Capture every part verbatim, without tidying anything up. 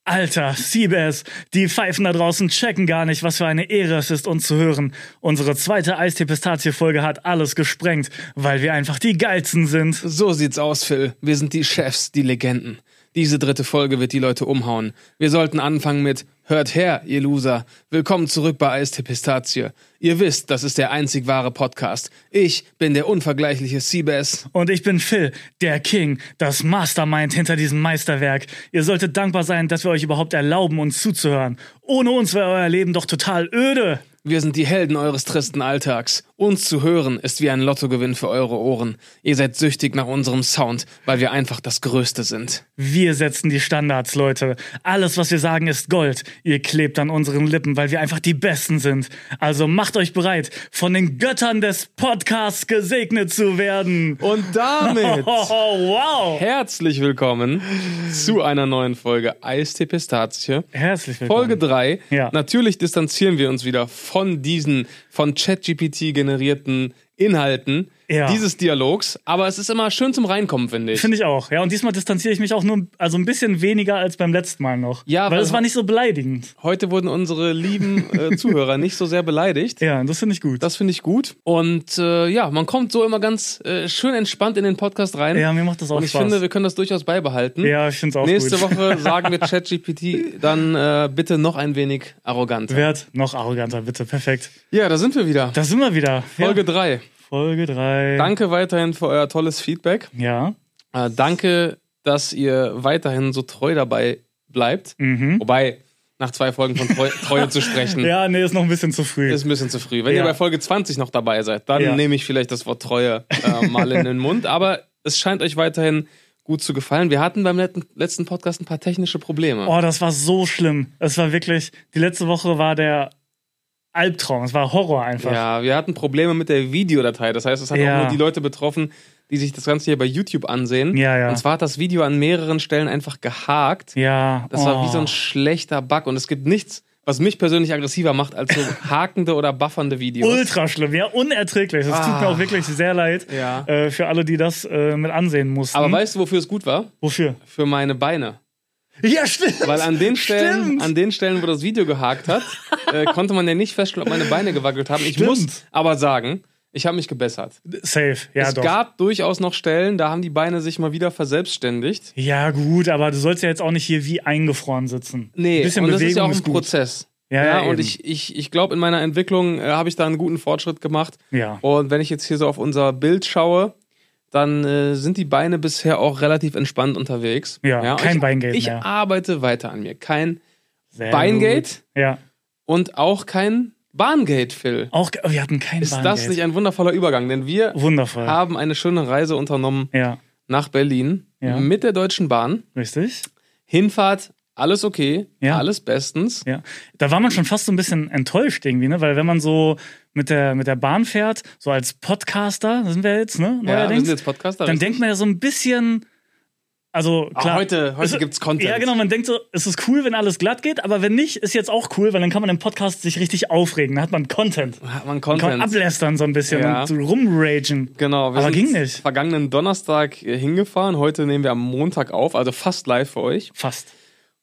Alter, Siebes, die Pfeifen da draußen checken gar nicht, was für eine Ehre es ist, uns zu hören. Unsere zweite Eistee-Pistazie-Folge hat alles gesprengt, weil wir einfach die Geilsten sind. So sieht's aus, Phil. Wir sind die Chefs, die Legenden. Diese dritte Folge wird die Leute umhauen. Wir sollten anfangen mit Hört her, ihr Loser. Willkommen zurück bei Eistee Pistazie. Ihr wisst, das ist der einzig wahre Podcast. Ich bin der unvergleichliche Siebes. Und ich bin Phil, der King, das Mastermind hinter diesem Meisterwerk. Ihr solltet dankbar sein, dass wir euch überhaupt erlauben, uns zuzuhören. Ohne uns wäre euer Leben doch total öde. Wir sind die Helden eures tristen Alltags. Uns zu hören ist wie ein Lottogewinn für eure Ohren. Ihr seid süchtig nach unserem Sound, weil wir einfach das Größte sind. Wir setzen die Standards, Leute. Alles, was wir sagen, ist Gold. Ihr klebt an unseren Lippen, weil wir einfach die Besten sind. Also macht euch bereit, von den Göttern des Podcasts gesegnet zu werden. Und damit Oh, wow. herzlich willkommen zu einer neuen Folge Eistee Pistazie. Herzlich willkommen. Folge drei. Ja. Natürlich distanzieren wir uns wieder von diesen von ChatGPT generierten Inhalten Ja. dieses Dialogs, aber es ist immer schön zum Reinkommen, finde ich. Finde ich auch. Ja, und diesmal distanziere ich mich auch nur also ein bisschen weniger als beim letzten Mal noch. Ja, weil weil es war nicht so beleidigend. Heute wurden unsere lieben äh, Zuhörer nicht so sehr beleidigt. Ja, das finde ich gut. Das finde ich gut. Und äh, ja, man kommt so immer ganz äh, schön entspannt in den Podcast rein. Ja, mir macht das auch Und ich Spaß. finde, wir können das durchaus beibehalten. Ja, ich finde es auch Nächste gut. Woche sagen wir ChatGPT dann äh, bitte noch ein wenig arroganter. Werd noch arroganter, bitte. Perfekt. Ja, da sind wir wieder. Da sind wir wieder. Folge Ja. drei. Folge drei. Danke weiterhin für euer tolles Feedback. Ja. Äh, danke, dass ihr weiterhin so treu dabei bleibt. Mhm. Wobei, nach zwei Folgen von Treu Treue zu sprechen, Ja, nee, ist noch ein bisschen zu früh. ist ein bisschen zu früh. Wenn Ja. ihr bei Folge zwanzig noch dabei seid, dann Ja. nehme ich vielleicht das Wort Treue äh, mal in den Mund. Aber es scheint euch weiterhin gut zu gefallen. Wir hatten beim letzten, letzten Podcast ein paar technische Probleme. Oh, das war so schlimm. Es war wirklich, die letzte Woche war der Albtraum. Es war Horror einfach. Ja, wir hatten Probleme mit der Videodatei. Das heißt, es hat Ja. auch nur die Leute betroffen, die sich das Ganze hier bei YouTube ansehen. Ja, ja. Und zwar hat das Video an mehreren Stellen einfach gehakt. Ja. Das oh. war wie so ein schlechter Bug. Und es gibt nichts, was mich persönlich aggressiver macht, als so hakende oder buffernde Videos. Ultra schlimm, ja, unerträglich. Das tut Ah. mir auch wirklich sehr leid Ja. äh, für alle, die das äh, mit ansehen mussten. Aber weißt du, wofür es gut war? Wofür? Für meine Beine. Ja, stimmt. Weil an den Stellen, Stimmt. an den Stellen, wo das Video gehakt hat, äh, konnte man ja nicht feststellen, ob meine Beine gewackelt haben. Ich Stimmt. muss aber sagen, ich habe mich gebessert. Safe, ja es doch. gab durchaus noch Stellen, da haben die Beine sich mal wieder verselbstständigt. Ja gut, aber du sollst ja jetzt auch nicht hier wie eingefroren sitzen. Nee, ein bisschen und das Bewegung ist ja auch ein gut. Prozess. Ja, Ja, ja, und eben. ich, ich, ich glaube, in meiner Entwicklung äh, habe ich da einen guten Fortschritt gemacht. Ja. Und wenn ich jetzt hier so auf unser Bild schaue, dann äh, sind die Beine bisher auch relativ entspannt unterwegs. Ja, kein ich, Beingate Ich mehr. arbeite weiter an mir. Kein Sehr Beingate gut. Ja. und auch kein Bahngate, Phil. Auch, oh, wir hatten kein Ist Bahngate. das nicht ein wundervoller Übergang? Denn wir Wundervoll. haben eine schöne Reise unternommen Ja, nach Berlin Ja. mit der Deutschen Bahn. richtig. Hinfahrt, alles okay, Ja. alles bestens. Ja. Da war man schon fast so ein bisschen enttäuscht irgendwie, ne? Weil wenn man so mit der, mit der Bahn fährt, so als Podcaster, das sind wir jetzt, ne? Ja, wir Neuerdings, sind jetzt Podcaster. dann richtig? denkt man ja so ein bisschen, also Ah, klar. heute heute es- gibt's Content. Ja, genau, man denkt so, es ist cool, wenn alles glatt geht, aber wenn nicht, ist jetzt auch cool, weil dann kann man im Podcast sich richtig aufregen. Dann hat man Content. Hat man Kann man Content. ablästern so ein bisschen Ja. und so rumragen. Genau, wir Aber sind ging nicht. vergangenen Donnerstag äh, hingefahren. Heute nehmen wir am Montag auf, also fast live für euch. Fast.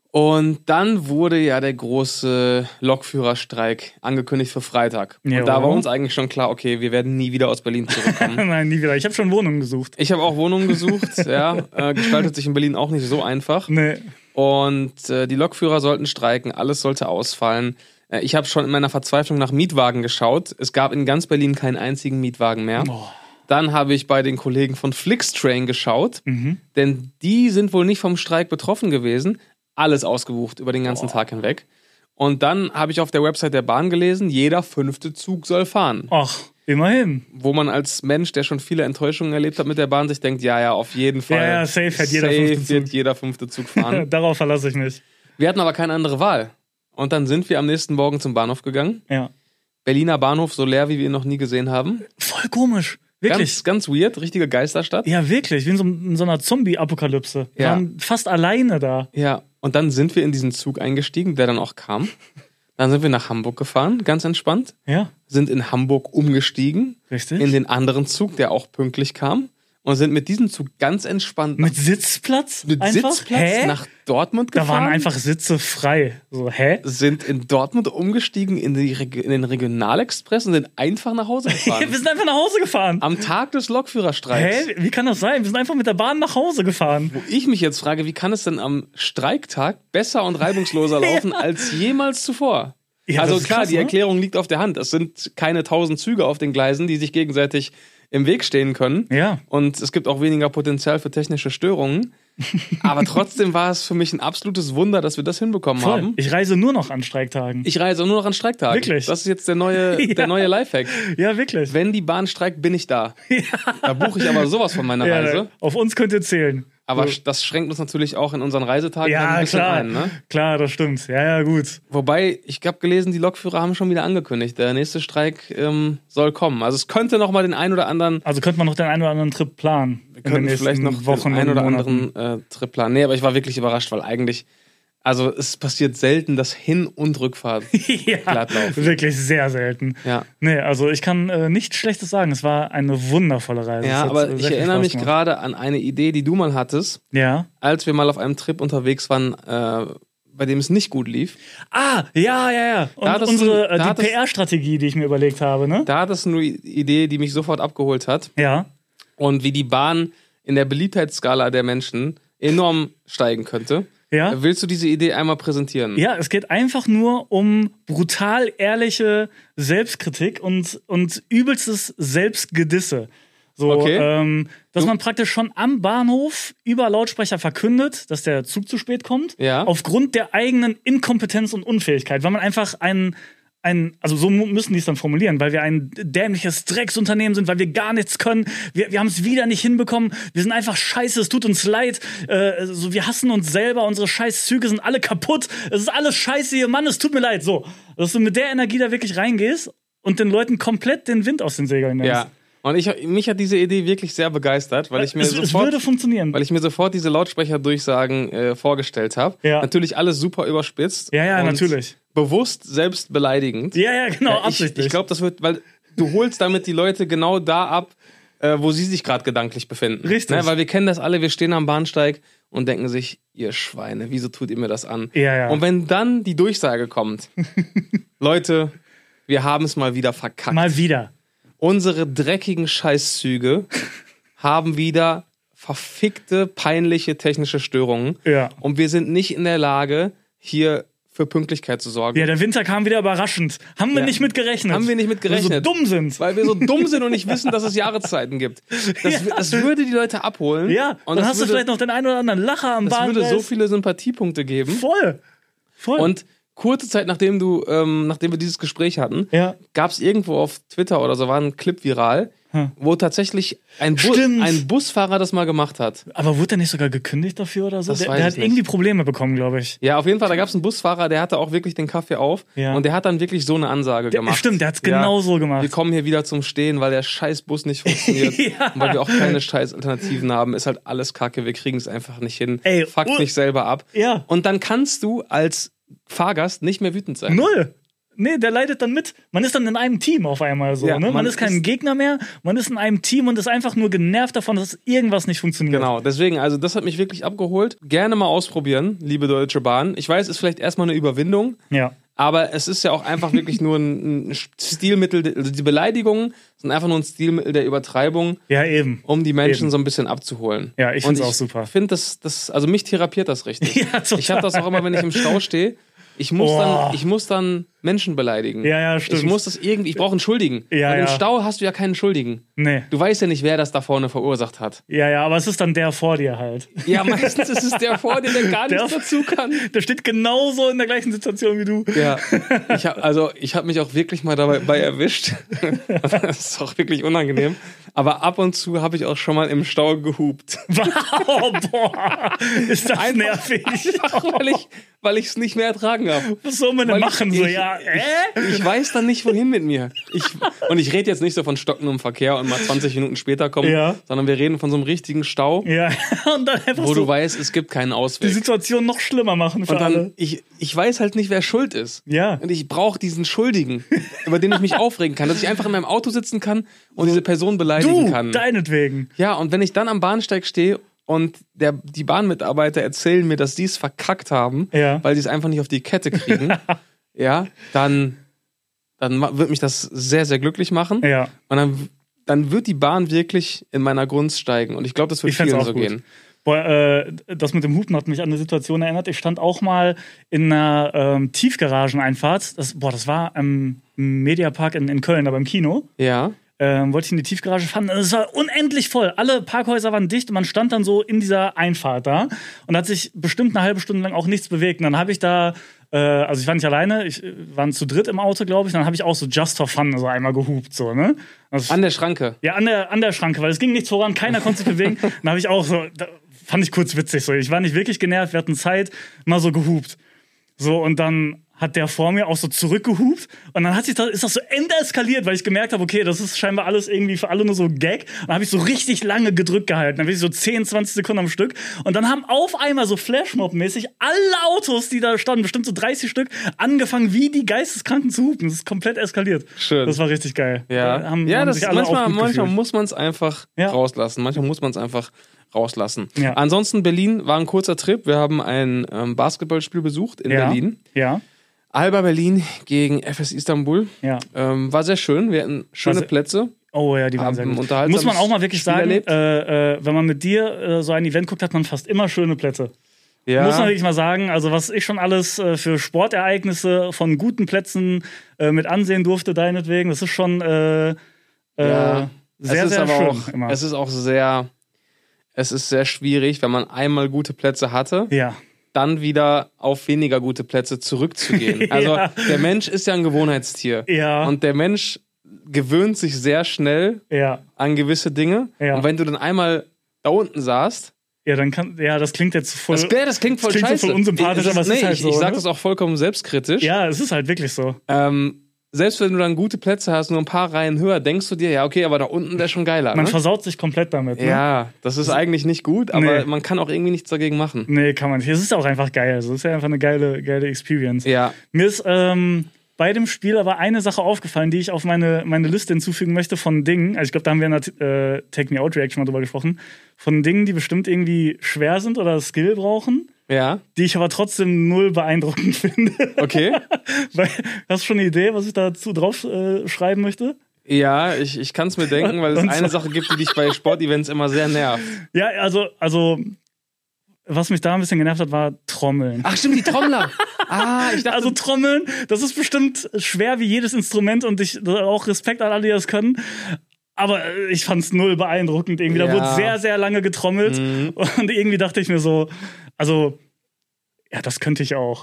Und dann wurde ja der große Lokführerstreik angekündigt für Freitag. Jo. Und da war uns eigentlich schon klar, okay, wir werden nie wieder aus Berlin zurückkommen. Nein, nie wieder. Ich habe schon Wohnungen gesucht. Ich habe auch Wohnungen gesucht, ja. Äh, gestaltet sich in Berlin auch nicht so einfach. Nee. Und äh, die Lokführer sollten streiken, alles sollte ausfallen. Äh, ich habe schon in meiner Verzweiflung nach Mietwagen geschaut. Es gab in ganz Berlin keinen einzigen Mietwagen mehr. Oh. Dann habe ich bei den Kollegen von Flixtrain geschaut, Mhm. denn die sind wohl nicht vom Streik betroffen gewesen. Alles ausgebucht über den ganzen Oh. Tag hinweg. Und dann habe ich auf der Website der Bahn gelesen, jeder fünfte Zug soll fahren. Ach, immerhin. Wo man als Mensch, der schon viele Enttäuschungen erlebt hat mit der Bahn, sich denkt, ja, ja, auf jeden Fall. Ja, ja, safe hat jeder safe fünfte wird Zug. jeder fünfte Zug fahren. Darauf verlasse ich mich. Wir hatten aber keine andere Wahl. Und dann sind wir am nächsten Morgen zum Bahnhof gegangen. Ja. Berliner Bahnhof, so leer, wie wir ihn noch nie gesehen haben. Voll komisch. Wirklich. Ganz, ganz weird, richtige Geisterstadt. Ja, wirklich. Wie in so, in so einer Zombie-Apokalypse. Wir Ja. waren fast alleine da. Ja, und dann sind wir in diesen Zug eingestiegen, der dann auch kam. Dann sind wir nach Hamburg gefahren, ganz entspannt. Ja, Sind in Hamburg umgestiegen, richtig. in den anderen Zug, der auch pünktlich kam. und sind mit diesem Zug ganz entspannt Mit Sitzplatz? mit einfach? Sitzplatz Hä? nach Dortmund Da gefahren. waren einfach Sitze frei. So, hä? Sind in Dortmund umgestiegen in, die, Reg- in den Regionalexpress und sind einfach nach Hause gefahren. Wir sind einfach nach Hause gefahren. Am Tag des Lokführerstreiks. Hä? Wie kann das sein? Wir sind einfach mit der Bahn nach Hause gefahren. Wo ich mich jetzt frage, wie kann es denn am Streiktag besser und reibungsloser laufen Ja. als jemals zuvor? Ja, also das ist klar, krass, die ne? Erklärung liegt auf der Hand. Es sind keine tausend Züge auf den Gleisen, die sich gegenseitig im Weg stehen können. Ja. Und es gibt auch weniger Potenzial für technische Störungen. Aber trotzdem war es für mich ein absolutes Wunder, dass wir das hinbekommen Voll. haben. Ich reise nur noch an Streiktagen. Ich reise nur noch an Streiktagen. Wirklich? Das ist jetzt der neue, Ja. der neue Lifehack. Ja, wirklich. Wenn die Bahn streikt, bin ich da. Da buche ich aber sowas von meiner Ja, Reise. auf uns könnt ihr zählen. Aber So. das schränkt uns natürlich auch in unseren Reisetagen Ja, ein bisschen klar. ein. Ne? Klar, das stimmt. Ja, ja, gut. Wobei, ich habe gelesen, die Lokführer haben schon wieder angekündigt, der nächste Streik ähm, soll kommen. Also es könnte noch mal den einen oder anderen, Also könnte man noch den einen oder anderen Trip planen. wir könnten vielleicht noch Wochen den einen und oder Monaten. anderen äh, Trip planen. Nee, aber ich war wirklich überrascht, weil eigentlich, also es passiert selten, dass Hin- und Rückfahrt Ja, glatt laufen. wirklich sehr selten. Ja. Nee, also ich kann äh, nichts Schlechtes sagen. Es war eine wundervolle Reise. Ja, Es hat, aber äh, ich sehr viel erinnere Spaß mich gemacht. gerade an eine Idee, die du mal hattest, Ja. als wir mal auf einem Trip unterwegs waren, äh, bei dem es nicht gut lief. Ah, ja, ja, ja. Und Da hattest unsere du- äh, da die hattest- P R-Strategie, die ich mir überlegt habe, ne? Da hattest du eine Idee, die mich sofort abgeholt hat. Ja. Und wie die Bahn in der Beliebtheitsskala der Menschen enorm steigen könnte. Ja. Willst du diese Idee einmal präsentieren? Ja, es geht einfach nur um brutal ehrliche Selbstkritik und, und übelstes Selbstgedisse. So, Okay. ähm, dass Du- man praktisch schon am Bahnhof über Lautsprecher verkündet, dass der Zug zu spät kommt, Ja. aufgrund der eigenen Inkompetenz und Unfähigkeit, weil man einfach ein ein, also so mu- müssen die es dann formulieren, weil wir ein dämliches Drecksunternehmen sind, weil wir gar nichts können. Wir, wir haben es wieder nicht hinbekommen. Wir sind einfach scheiße, es tut uns leid. Äh, so, wir hassen uns selber, unsere scheiß Züge sind alle kaputt. Es ist alles scheiße hier, Mann, es tut mir leid. So, dass du mit der Energie da wirklich reingehst und den Leuten komplett den Wind aus den Segeln nimmst. Ja. Und ich, mich hat diese Idee wirklich sehr begeistert, weil ich mir es, es sofort, würde funktionieren. weil ich mir sofort diese Lautsprecherdurchsagen äh, vorgestellt habe. Ja. Natürlich alles super überspitzt. Ja, ja, und natürlich. Bewusst selbst beleidigend. Ja, ja, genau, Ja, ich absichtlich. ich glaube, das wird, weil du holst damit die Leute genau da ab, äh, wo sie sich gerade gedanklich befinden. Richtig. Ne? Weil wir kennen das alle, wir stehen am Bahnsteig und denken sich, ihr Schweine, wieso tut ihr mir das an? Ja, ja. Und wenn dann die Durchsage kommt, Leute, wir haben es mal wieder verkackt. Mal wieder. Unsere dreckigen Scheißzüge haben wieder verfickte, peinliche technische Störungen. Ja. Und wir sind nicht in der Lage, hier für Pünktlichkeit zu sorgen. Ja, der Winter kam wieder überraschend. Haben wir Ja. nicht mit gerechnet. Haben wir nicht mit Weil wir gerechnet. so dumm sind. Weil wir so dumm sind und nicht wissen, dass es Jahreszeiten gibt. Das, Ja. das würde die Leute abholen. Ja, und dann das hast würde, du vielleicht noch den einen oder anderen Lacher am das würde Bahngleis. so viele Sympathiepunkte geben. Voll. Voll. Und kurze Zeit nachdem du, ähm, nachdem wir dieses Gespräch hatten, Ja. gab es irgendwo auf Twitter oder so, war ein Clip viral, Hm. wo tatsächlich ein, Bu Stimmt. ein Busfahrer das mal gemacht hat. Aber wurde der nicht sogar gekündigt dafür oder so? Das Der, weiß der hat ich nicht. irgendwie Probleme bekommen, glaube ich. Ja, auf jeden Fall, da gab es einen Busfahrer, der hatte auch wirklich den Kaffee auf Ja. und der hat dann wirklich so eine Ansage Der, gemacht. stimmt, der hat's Ja, genau so gemacht. Wir kommen hier wieder zum Stehen, weil der scheiß Bus nicht funktioniert. Ja. Und weil wir auch keine scheiß Alternativen haben, ist halt alles kacke, wir kriegen es einfach nicht hin. Ey, Fuck uh, mich selber ab. Ja. Und dann kannst du als Fahrgast nicht mehr wütend sein. Null. Nee, der leidet dann mit. Man ist dann in einem Team auf einmal so. Ja, ne? man, man ist kein ist- Gegner mehr, man ist in einem Team und ist einfach nur genervt davon, dass irgendwas nicht funktioniert. Genau, deswegen, also das hat mich wirklich abgeholt. Gerne mal ausprobieren, liebe Deutsche Bahn. Ich weiß, es ist vielleicht erstmal eine Überwindung, Ja. aber es ist ja auch einfach wirklich nur ein, ein Stilmittel, also die Beleidigungen sind einfach nur ein Stilmittel der Übertreibung, Ja, eben. um die Menschen Eben. so ein bisschen abzuholen. Ja, ich Und find's auch super. Ich finde das, das, also mich therapiert das richtig. Ja, total. Ich habe das auch immer, wenn ich im Stau stehe. Ich muss, Oh. dann, ich muss dann Menschen beleidigen. Ja, ja, stimmt. Ich muss das irgendwie, ich brauche einen Schuldigen. Ja, Und im ja. Stau hast du ja keinen Schuldigen. Nee. Du weißt ja nicht, wer das da vorne verursacht hat. Ja, ja, aber es ist dann der vor dir halt. Ja, meistens ist es der vor dir, der gar nichts Der- dazu kann. Der steht genauso in der gleichen Situation wie du. Ja, ich hab, also ich habe mich auch wirklich mal dabei bei erwischt. Das ist auch wirklich unangenehm. Aber ab und zu habe ich auch schon mal im Stau gehupt. Wow, boah, ist das Einfach- nervig. Einfach, weil ich weil ich es nicht mehr ertragen habe. Was soll man denn Weil machen? ich, so, ich, ja, ja, äh? Ich weiß dann nicht, wohin mit mir. Ich, und ich rede jetzt nicht so von stockendem Verkehr und mal zwanzig Minuten später kommen, Ja. sondern wir reden von so einem richtigen Stau, Ja, und dann einfach wo so du weißt, es gibt keinen die Ausweg. Situation noch schlimmer machen für Und dann, alle. ich, ich weiß halt nicht, wer schuld ist. Ja. Und ich brauche diesen Schuldigen, über den ich mich aufregen kann, dass ich einfach in meinem Auto sitzen kann und diese Person beleidigen Du, kann. deinetwegen. Ja, und wenn ich dann am Bahnsteig stehe und der, die Bahnmitarbeiter erzählen mir, dass die es verkackt haben, Ja. weil sie es einfach nicht auf die Kette kriegen, ja, dann, dann ma- wird mich das sehr, sehr glücklich machen. Ja. Und dann, dann wird die Bahn wirklich in meiner Gunst steigen. Und ich glaube, das wird Ich fänd's vielen auch so gut. gehen. Boah, äh, das mit dem Hupen hat mich an eine Situation erinnert. Ich stand auch mal in einer ähm, Tiefgarageneinfahrt. Das, boah, das war im Mediapark in, in Köln, da beim Kino. Ja. Ähm, wollte ich in die Tiefgarage fahren. Es war unendlich voll. Alle Parkhäuser waren dicht und man stand dann so in dieser Einfahrt da und hat sich bestimmt eine halbe Stunde lang auch nichts bewegt. Und dann habe ich da, äh, also ich war nicht alleine, ich äh, waren zu dritt im Auto, glaube ich. Dann habe ich auch so just for fun so einmal gehupt, so, ne? Das, An der Schranke. ja, an der, an der Schranke, weil es ging nichts voran, keiner konnte sich bewegen. Dann habe ich auch so, da, fand ich kurz witzig so. Ich war nicht wirklich genervt, wir hatten Zeit, mal so gehupt. So, und dann hat der vor mir auch so zurückgehupt und dann hat sich das, ist das so endeskaliert, weil ich gemerkt habe, okay, das ist scheinbar alles irgendwie für alle nur so Gag. Und dann habe ich so richtig lange gedrückt gehalten, dann bin ich so zehn, zwanzig Sekunden am Stück und dann haben auf einmal so Flashmob-mäßig alle Autos, die da standen, bestimmt so dreißig Stück, angefangen wie die Geisteskranken zu hupen. Das ist komplett eskaliert. Schön. Das war richtig geil. Ja, Da haben, ja haben das, sich alle auch manchmal, gut manchmal gefühlt. muss man es einfach Ja. rauslassen. Manchmal muss man es einfach rauslassen. Ja. Ansonsten, Berlin war ein kurzer Trip. Wir haben ein ähm, Basketballspiel besucht in ja. Berlin. Ja, Alba Berlin gegen F S Istanbul. ja. Ähm, war sehr schön. Wir hatten schöne War sehr- Plätze. Oh ja, die waren Haben sehr gut. unterhaltsames Muss man auch mal wirklich Spiel sagen, erlebt. äh, äh, wenn man mit dir äh, so ein Event guckt, hat man fast immer schöne Plätze. Ja. Muss man wirklich mal sagen, also was ich schon alles äh, für Sportereignisse von guten Plätzen äh, mit ansehen durfte, deinetwegen, das ist schon äh, äh, Ja. sehr, es ist sehr aber schön. auch, immer. Es ist auch sehr, es ist sehr schwierig, wenn man einmal gute Plätze hatte, Ja, dann wieder auf weniger gute Plätze zurückzugehen. Also Ja. der Mensch ist ja ein Gewohnheitstier. ja, Und der Mensch gewöhnt sich sehr schnell ja, an gewisse Dinge. Ja. Und wenn du dann einmal da unten saßt, ja, dann kann, ja, das klingt jetzt voll. das, ja, das klingt voll das klingt so scheiße. voll unsympathisch, Ich- aber es ist nee, halt ich, so, Ich sag ne? das auch vollkommen selbstkritisch. Ja, es ist halt wirklich so. Ähm, selbst wenn du dann gute Plätze hast, nur ein paar Reihen höher, denkst du dir, ja, okay, aber da unten wäre schon geiler. Man Ne? versaut sich komplett damit. Ne? Ja, das ist eigentlich nicht gut, aber Nee. man kann auch irgendwie nichts dagegen machen. Nee, kann man nicht. Es ist auch einfach geil. Also, es ist ja einfach eine geile, geile Experience. Ja. Mir ist ähm, bei dem Spiel aber eine Sache aufgefallen, die ich auf meine, meine Liste hinzufügen möchte von Dingen. Also ich glaube, da haben wir in der äh, Take Me Out Reaction mal drüber gesprochen. Von Dingen, die bestimmt irgendwie schwer sind oder Skill brauchen, Ja, die ich aber trotzdem null beeindruckend finde. okay. Weil, hast du schon eine Idee, was ich dazu drauf äh, schreiben möchte? Ja, ich, ich kann es mir denken, weil es Und eine so- Sache gibt, die dich bei Sportevents immer sehr nervt. Ja, also, also was mich da ein bisschen genervt hat, war Trommeln. Ach stimmt, die Trommler. Ah, ich dachte, Also Trommeln, das ist bestimmt schwer wie jedes Instrument und ich auch Respekt an alle, die das können. Aber äh, ich fand's null beeindruckend irgendwie. Da Ja. wurde sehr, sehr lange getrommelt Mhm. und irgendwie dachte ich mir so, also ja, das könnte ich auch.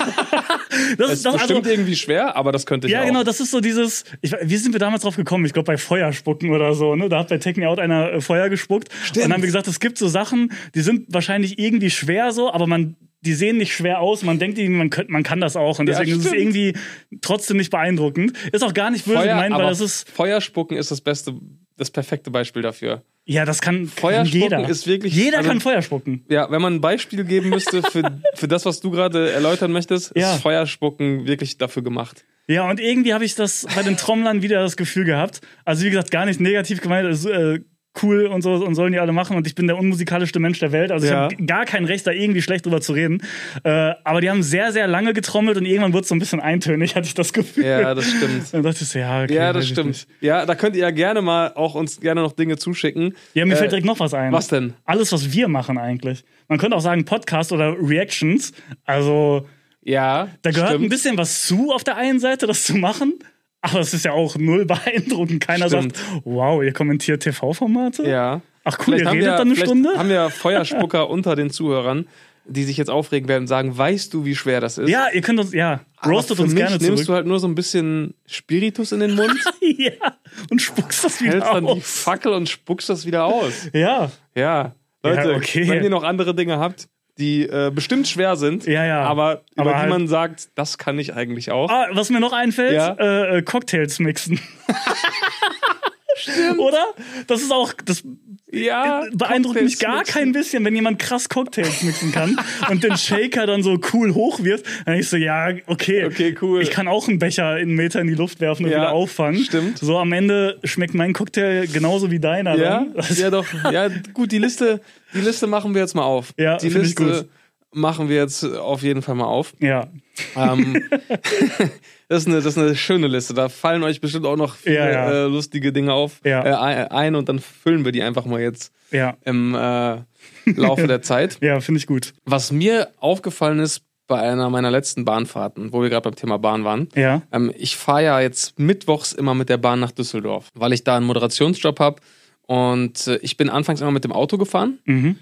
das es ist bestimmt irgendwie schwer, aber das könnte ich ja, auch. genau, das ist so dieses. Ich, wie sind wir damals drauf gekommen? Ich glaube, bei Feuerspucken oder so, ne? Da hat bei Take Me Out einer äh, Feuer gespuckt. Stimmt. Und dann haben wir gesagt, es gibt so Sachen, die sind wahrscheinlich irgendwie schwer so, aber man. Die sehen nicht schwer aus, man denkt irgendwie, man, könnt, man kann das auch. Und Ja, deswegen ist es stimmt. irgendwie trotzdem nicht beeindruckend. Ist auch gar nicht böse Feuer, gemeint, weil aber das ist. Feuerspucken ist das beste, das perfekte Beispiel dafür. Ja, das kann, kann Feuerspucken jeder. ist wirklich- Jeder also- kann Feuer spucken. Ja, wenn man ein Beispiel geben müsste für, für das, was du gerade erläutern möchtest, Ja. ist Feuerspucken wirklich dafür gemacht. Ja, und irgendwie habe ich das bei den Trommlern wieder das Gefühl gehabt. Also, wie gesagt, gar nicht negativ gemeint, also, äh, cool und so und sollen die alle machen und ich bin der unmusikalischste Mensch der Welt, also Ja. ich habe gar kein Recht, da irgendwie schlecht drüber zu reden. Äh, aber die haben sehr, sehr lange getrommelt und irgendwann wurde es so ein bisschen eintönig, hatte ich das Gefühl. Ja, das stimmt. Dann dachte ich so, ja, okay. Ja, das weiß ich stimmt. nicht. Ja, da könnt ihr ja gerne mal auch uns gerne noch Dinge zuschicken. Ja, mir Äh, fällt direkt noch was ein. Was denn? Alles, was wir machen eigentlich. Man könnte auch sagen Podcast oder Reactions. Also, Ja, da gehört stimmt. ein bisschen was zu auf der einen Seite, das zu machen. Aber es ist ja auch null beeindruckend. Keiner Stimmt. sagt, wow, ihr kommentiert T V-Formate? Ja. Ach cool, Vielleicht ihr haben redet wir, dann eine vielleicht Stunde? haben wir Feuerspucker unter den Zuhörern, die sich jetzt aufregen werden und sagen, weißt du, wie schwer das ist? Ja, ihr könnt uns, ja, Aber roastet für uns mich gerne nimmst zurück. du halt nur so ein bisschen Spiritus in den Mund, Ja, und spuckst das wieder hältst dann die aus. Fackel und spuckst das wieder aus. Ja, Ja, Leute, Ja, okay. wenn ihr noch andere Dinge habt, die äh, bestimmt schwer sind, Ja, ja. aber über Aber die halt- man sagt, das kann ich eigentlich auch. Ah, was mir noch einfällt, Ja. äh, äh, Cocktails mixen. Stimmt. Oder? Das ist auch, das Ja, beeindruckt mich Cocktails gar mixen. kein bisschen, wenn jemand krass Cocktails mixen kann und den Shaker dann so cool hochwirft. Dann denk ich so, ja, okay. Okay, cool. Ich kann auch einen Becher einen Meter in die Luft werfen und Ja, wieder auffangen. stimmt. So am Ende schmeckt mein Cocktail genauso wie deiner. Ja, dann. Das- ja doch. Ja, gut, die Liste, die Liste machen wir jetzt mal auf. Ja, die find ich Liste gut. machen wir jetzt auf jeden Fall mal auf. Ja. Ähm, das, ist eine, das ist eine schöne Liste. Da fallen euch bestimmt auch noch viele Ja, ja. Äh, lustige Dinge auf Ja. äh, ein und dann füllen wir die einfach mal jetzt Ja. im äh, Laufe der Zeit. Ja, finde ich gut. Was mir aufgefallen ist bei einer meiner letzten Bahnfahrten, wo wir gerade beim Thema Bahn waren, Ja. ähm, ich fahre ja jetzt mittwochs immer mit der Bahn nach Düsseldorf, weil ich da einen Moderationsjob habe und äh, ich bin anfangs immer mit dem Auto gefahren. Mhm.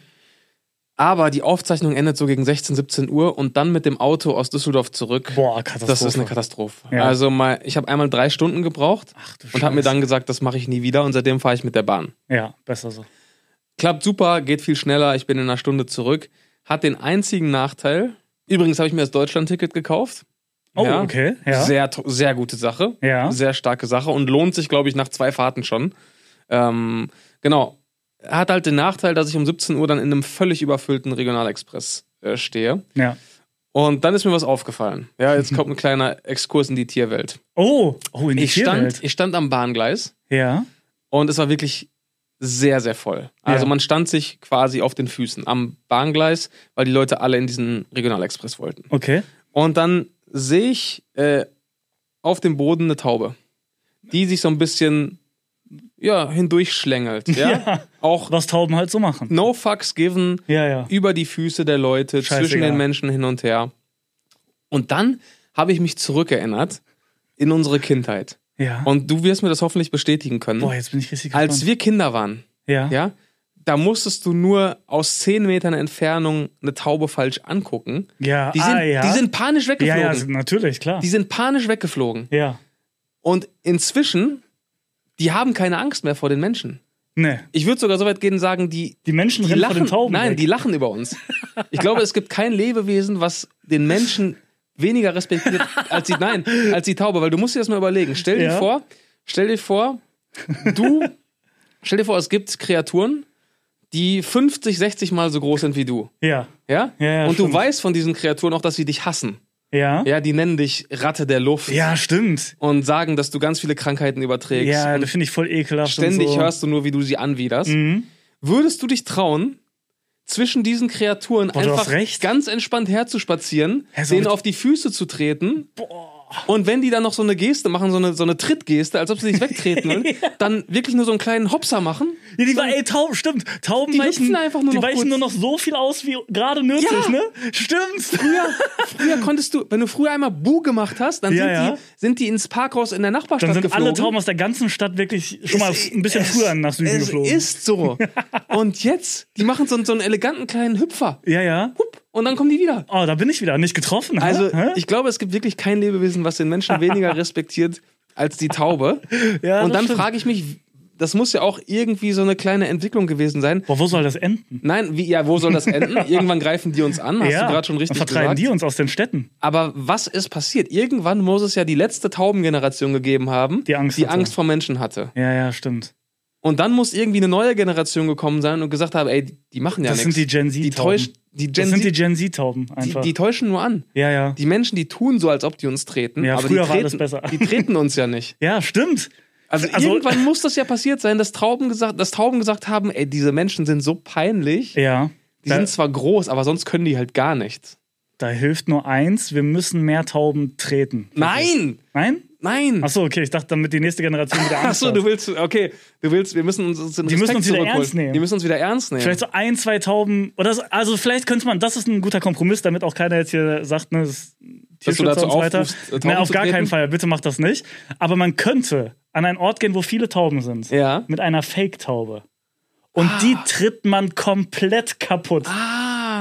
Aber die Aufzeichnung endet so gegen sechzehn, siebzehn Uhr und dann mit dem Auto aus Düsseldorf zurück. Boah, Katastrophe. Das ist eine Katastrophe. Ja. Also mal, ich habe einmal drei Stunden gebraucht Ach, du und habe mir Scheiße. dann gesagt, das mache ich nie wieder und seitdem fahre ich mit der Bahn. Ja, besser so. Klappt super, geht viel schneller, ich bin in einer Stunde zurück. Hat den einzigen Nachteil, übrigens habe ich mir das Deutschland-Ticket gekauft. Oh, Ja. okay. Ja. Sehr, to- sehr gute Sache. Ja. Sehr starke Sache und lohnt sich, glaube ich, nach zwei Fahrten schon. Ähm, genau. Hat halt den Nachteil, dass ich um siebzehn Uhr dann in einem völlig überfüllten Regionalexpress äh, stehe. Ja. Und dann ist mir was aufgefallen. Ja, jetzt kommt ein kleiner Exkurs in die Tierwelt. Oh, oh, in die Ich stand, Tierwelt. ich stand am Bahngleis Ja. und es war wirklich sehr, sehr voll. Also Ja. man stand sich quasi auf den Füßen am Bahngleis, weil die Leute alle in diesen Regionalexpress wollten. Okay. Und dann sehe ich äh, auf dem Boden eine Taube, die sich so ein bisschen ja, hindurchschlängelt. Ja? Ja. Auch Was Tauben halt so machen. no fucks given Ja, ja. über die Füße der Leute, Scheißegal. zwischen den Menschen hin und her. Und dann habe ich mich zurückerinnert in unsere Kindheit. Ja. Und du wirst mir das hoffentlich bestätigen können. Boah, jetzt bin ich richtig gespannt. Als wir Kinder waren, ja. ja, da musstest du nur aus zehn Metern Entfernung eine Taube falsch angucken. Ja, Die sind, ah, ja. die sind panisch ja, weggeflogen. ja, also natürlich, klar. Die sind panisch weggeflogen. ja. Und inzwischen, die haben keine Angst mehr vor den Menschen. Nee. Ich würde sogar so weit gehen und sagen, die, Die Menschen die rennen lachen. vor den Tauben Nein, weg. die lachen über uns. Ich glaube, es gibt kein Lebewesen, was den Menschen weniger respektiert als die, nein, als die Taube. Weil du musst dir das mal überlegen. Stell dir Ja. vor, stell dir vor, du, stell dir vor, es gibt Kreaturen, die fünfzig, sechzig Mal so groß sind wie du. Ja. Ja? Ja, ja, und du stimmt. weißt von diesen Kreaturen auch, dass sie dich hassen. Ja. Ja, die nennen dich Ratte der Luft. Ja, stimmt. Und sagen, dass du ganz viele Krankheiten überträgst. Ja, und das finde ich voll ekelhaft. ständig und so. hörst du nur, wie du sie anwiderst. Mhm. Würdest du dich trauen, zwischen diesen Kreaturen Boah, du einfach hast recht. ganz entspannt herzuspazieren, Hä, so denen mit- auf die Füße zu treten? Und wenn die dann noch so eine Geste machen, so eine, so eine Trittgeste, als ob sie dich wegtreten wollen, dann wirklich nur so einen kleinen Hopser machen? Ja, die war, ey, Tauben, stimmt. Tauben Die weichen, hüpfen einfach nur die noch weichen kurz. nur noch so viel aus wie gerade nötig, Ja. ne? Stimmt. Früher, früher konntest du, wenn du früher einmal Bu gemacht hast, dann Ja, sind, ja. Die, sind die ins Parkhaus in der Nachbarstadt Dann sind geflogen. alle Tauben aus der ganzen Stadt wirklich schon mal Es- ein bisschen es- früher nach Süden es geflogen. ist so. Und jetzt, die machen so, einen- so einen eleganten kleinen Hüpfer. Ja, ja. Hup, und dann kommen die wieder. Oh, da bin ich wieder. Nicht getroffen. hä? Also, Hä? ich glaube, es gibt wirklich kein Lebewesen, was den Menschen weniger respektiert als die Taube. Ja, und das dann stimmt. frage ich mich, das muss ja auch irgendwie so eine kleine Entwicklung gewesen sein. Boah, wo soll das enden? Nein, wie, ja, wo soll das enden? Irgendwann greifen die uns an, hast ja. du gerade schon richtig Dann vertreiben gesagt. die uns aus den Städten. Aber was ist passiert? Irgendwann muss es ja die letzte Taubengeneration gegeben haben, Die Angst die hatte. Angst vor Menschen hatte. Ja, ja, stimmt. Und dann muss irgendwie eine neue Generation gekommen sein und gesagt haben, ey, die- die machen ja Das nichts. sind die Gen Die, Z-Tauben. täusch, die Das Gen sind die Z, Gen Z-Tauben die, einfach. die täuschen nur an. ja, ja. Die Menschen, die tun so, als ob die uns treten, Ja, aber früher die war treten, alles besser. die treten uns ja nicht. Ja, stimmt. Also, Also- irgendwann muss das ja passiert sein, dass Tauben gesagt, dass Tauben gesagt haben, ey, diese Menschen sind so peinlich. Ja. Die Da, sind zwar groß, aber sonst können die halt gar nichts. da hilft nur eins, wir müssen mehr Tauben treten. Nein! Nein? Nein! Achso, okay, ich dachte, damit die nächste Generation wieder Angst Achso, hat. du willst, okay, du willst, wir müssen uns, uns den Die müssen Respekt uns wieder zurückholen. ernst nehmen. Die müssen uns wieder ernst nehmen. Vielleicht so ein, zwei Tauben. Oder so, also vielleicht könnte man, das ist ein guter Kompromiss, damit auch keiner jetzt hier sagt, ne, das ist Dass du Tierschützer dazu und so weiter. aufrufst, äh, Tauben Nee, auf zu gar treten? keinen Fall, bitte macht das nicht. Aber man könnte an einen Ort gehen, wo viele Tauben sind. Ja. Mit einer Fake-Taube. Und die tritt man komplett kaputt. Ah,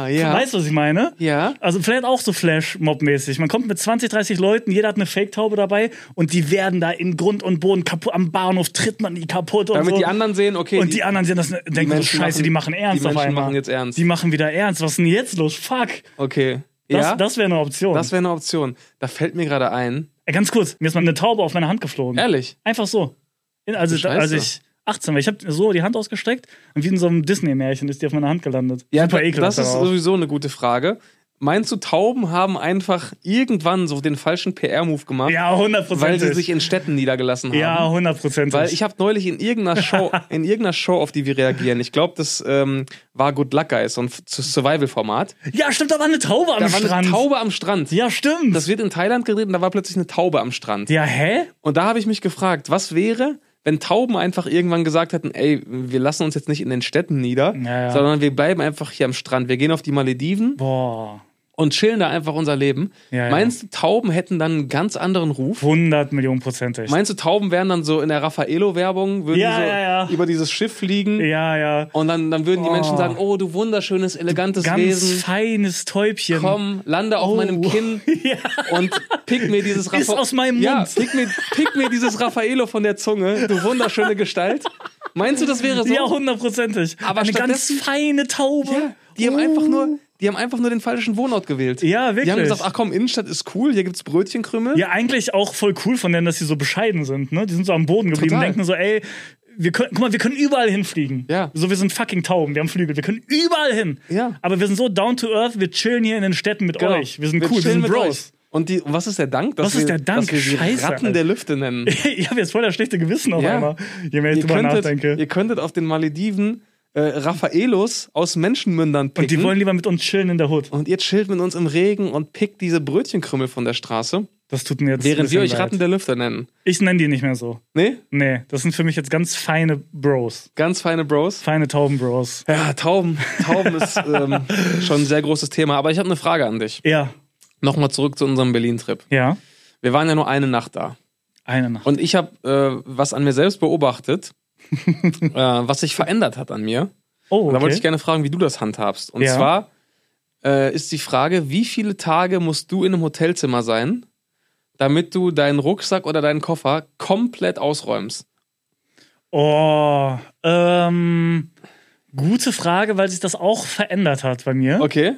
ja. Weißt du, was ich meine? Ja. Also vielleicht auch so Flash-Mob-mäßig. Man kommt mit zwanzig, dreißig Leuten, jeder hat eine Fake-Taube dabei und die werden da in Grund und Boden kaputt. Am Bahnhof tritt man die kaputt und Damit so. die anderen sehen, okay. Und die, die anderen sehen das, denken so, Menschen scheiße, machen- die machen ernst die auf Menschen einmal. machen jetzt ernst. Die machen wieder ernst. Was ist denn jetzt los? Fuck. Okay. Das, ja, das wäre eine Option. das wäre eine Option. Da fällt mir gerade ein. Ey, ganz kurz, mir ist mal eine Taube auf meine Hand geflogen. Ehrlich? Einfach so. In, also, Ach du da, Scheiße. als ich achtzehn war. Ich habe so die Hand ausgestreckt und wie in so einem Disney-Märchen ist die auf meiner Hand gelandet. Ja, Super da- ekelhaft. das ist aber auch. sowieso eine gute Frage. Meinst du, Tauben haben einfach irgendwann so den falschen P R-Move gemacht, Ja, hundertprozentig. weil sie sich in Städten niedergelassen haben? Ja, hundertprozentig. Weil ich habe neulich in irgendeiner Show, in irgendeiner Show, auf die wir reagieren, ich glaube, das ähm, war Good Luck Guys, so ein F- Survival-Format. Ja, stimmt, da war eine Taube am Da war Strand. eine Taube am Strand. Ja, stimmt. Das wird in Thailand gedreht und da war plötzlich eine Taube am Strand. ja, hä? Und da habe ich mich gefragt, was wäre, wenn Tauben einfach irgendwann gesagt hätten, ey, wir lassen uns jetzt nicht in den Städten nieder, Ja, ja. sondern wir bleiben einfach hier am Strand. Wir gehen auf die Malediven Boah. und chillen da einfach unser Leben. Ja, ja. Meinst du, Tauben hätten dann einen ganz anderen Ruf? hundert Millionen prozentig. Meinst du, Tauben wären dann so in der Raffaello-Werbung, würden Ja, die so ja, ja. über dieses Schiff fliegen? Ja, ja. Und dann, dann würden die Oh. Menschen sagen, oh, du wunderschönes, elegantes Ganz Wesen, feines Täubchen. komm, lande auf Oh. meinem Kinn Ja. und pick mir dieses Iss aus meinem Ja, Mund. pick mir, pick mir dieses Raffaello von der Zunge, du wunderschöne Gestalt. Meinst du, das wäre so? Ja, hundertprozentig. Aber Eine ganz stattdessen- feine Taube. Ja, die haben Oh. einfach nur, die haben einfach nur den falschen Wohnort gewählt. Ja, wirklich. Die haben gesagt, ach komm, Innenstadt ist cool, hier gibt's Brötchenkrümel. Ja, eigentlich auch voll cool von denen, dass sie so bescheiden sind. Ne? Die sind so am Boden geblieben und Total. denken so, ey, wir können, guck mal, wir können überall hinfliegen. Ja. So, wir sind fucking Tauben, wir haben Flügel, wir können überall hin. Ja. Aber wir sind so down to earth, wir chillen hier in den Städten mit Genau. euch. Wir sind cool, wir chillen sind mit Bros. euch. Und die, was ist der Dank? Dass Was ist wir, der Dank? Dass wir sie Scheiße, Ratten Alter. der Lüfte nennen. Ich habe jetzt voll das schlechte Gewissen auf Ja. einmal, je mehr ich Ihr drüber könntet, nachdenke. ihr könntet auf den Malediven äh, Raffaelos aus Menschenmündern picken. Und die wollen lieber mit uns chillen in der Hood. und ihr chillt mit uns im Regen und pickt diese Brötchenkrümel von der Straße, Das tut mir jetzt ein während wir bisschen euch leid. Ratten der Lüfte nennen. Ich nenne die nicht mehr so. Nee? Nee, das sind für mich jetzt ganz feine Bros. Ganz feine Bros. Feine Tauben-Bros. Ja, Tauben. Tauben ist ähm, schon ein sehr großes Thema. Aber ich habe eine Frage an dich. Ja, Nochmal zurück zu unserem Berlin-Trip. ja. Wir waren ja nur eine Nacht da. Eine Nacht. Und ich habe äh, was an mir selbst beobachtet, äh, was sich verändert hat an mir. Oh, Und da wollte okay. ich gerne fragen, wie du das handhabst. Und Ja. zwar äh, ist die Frage, wie viele Tage musst du in einem Hotelzimmer sein, damit du deinen Rucksack oder deinen Koffer komplett ausräumst? Oh, ähm, gute Frage, weil sich das auch verändert hat bei mir. Okay.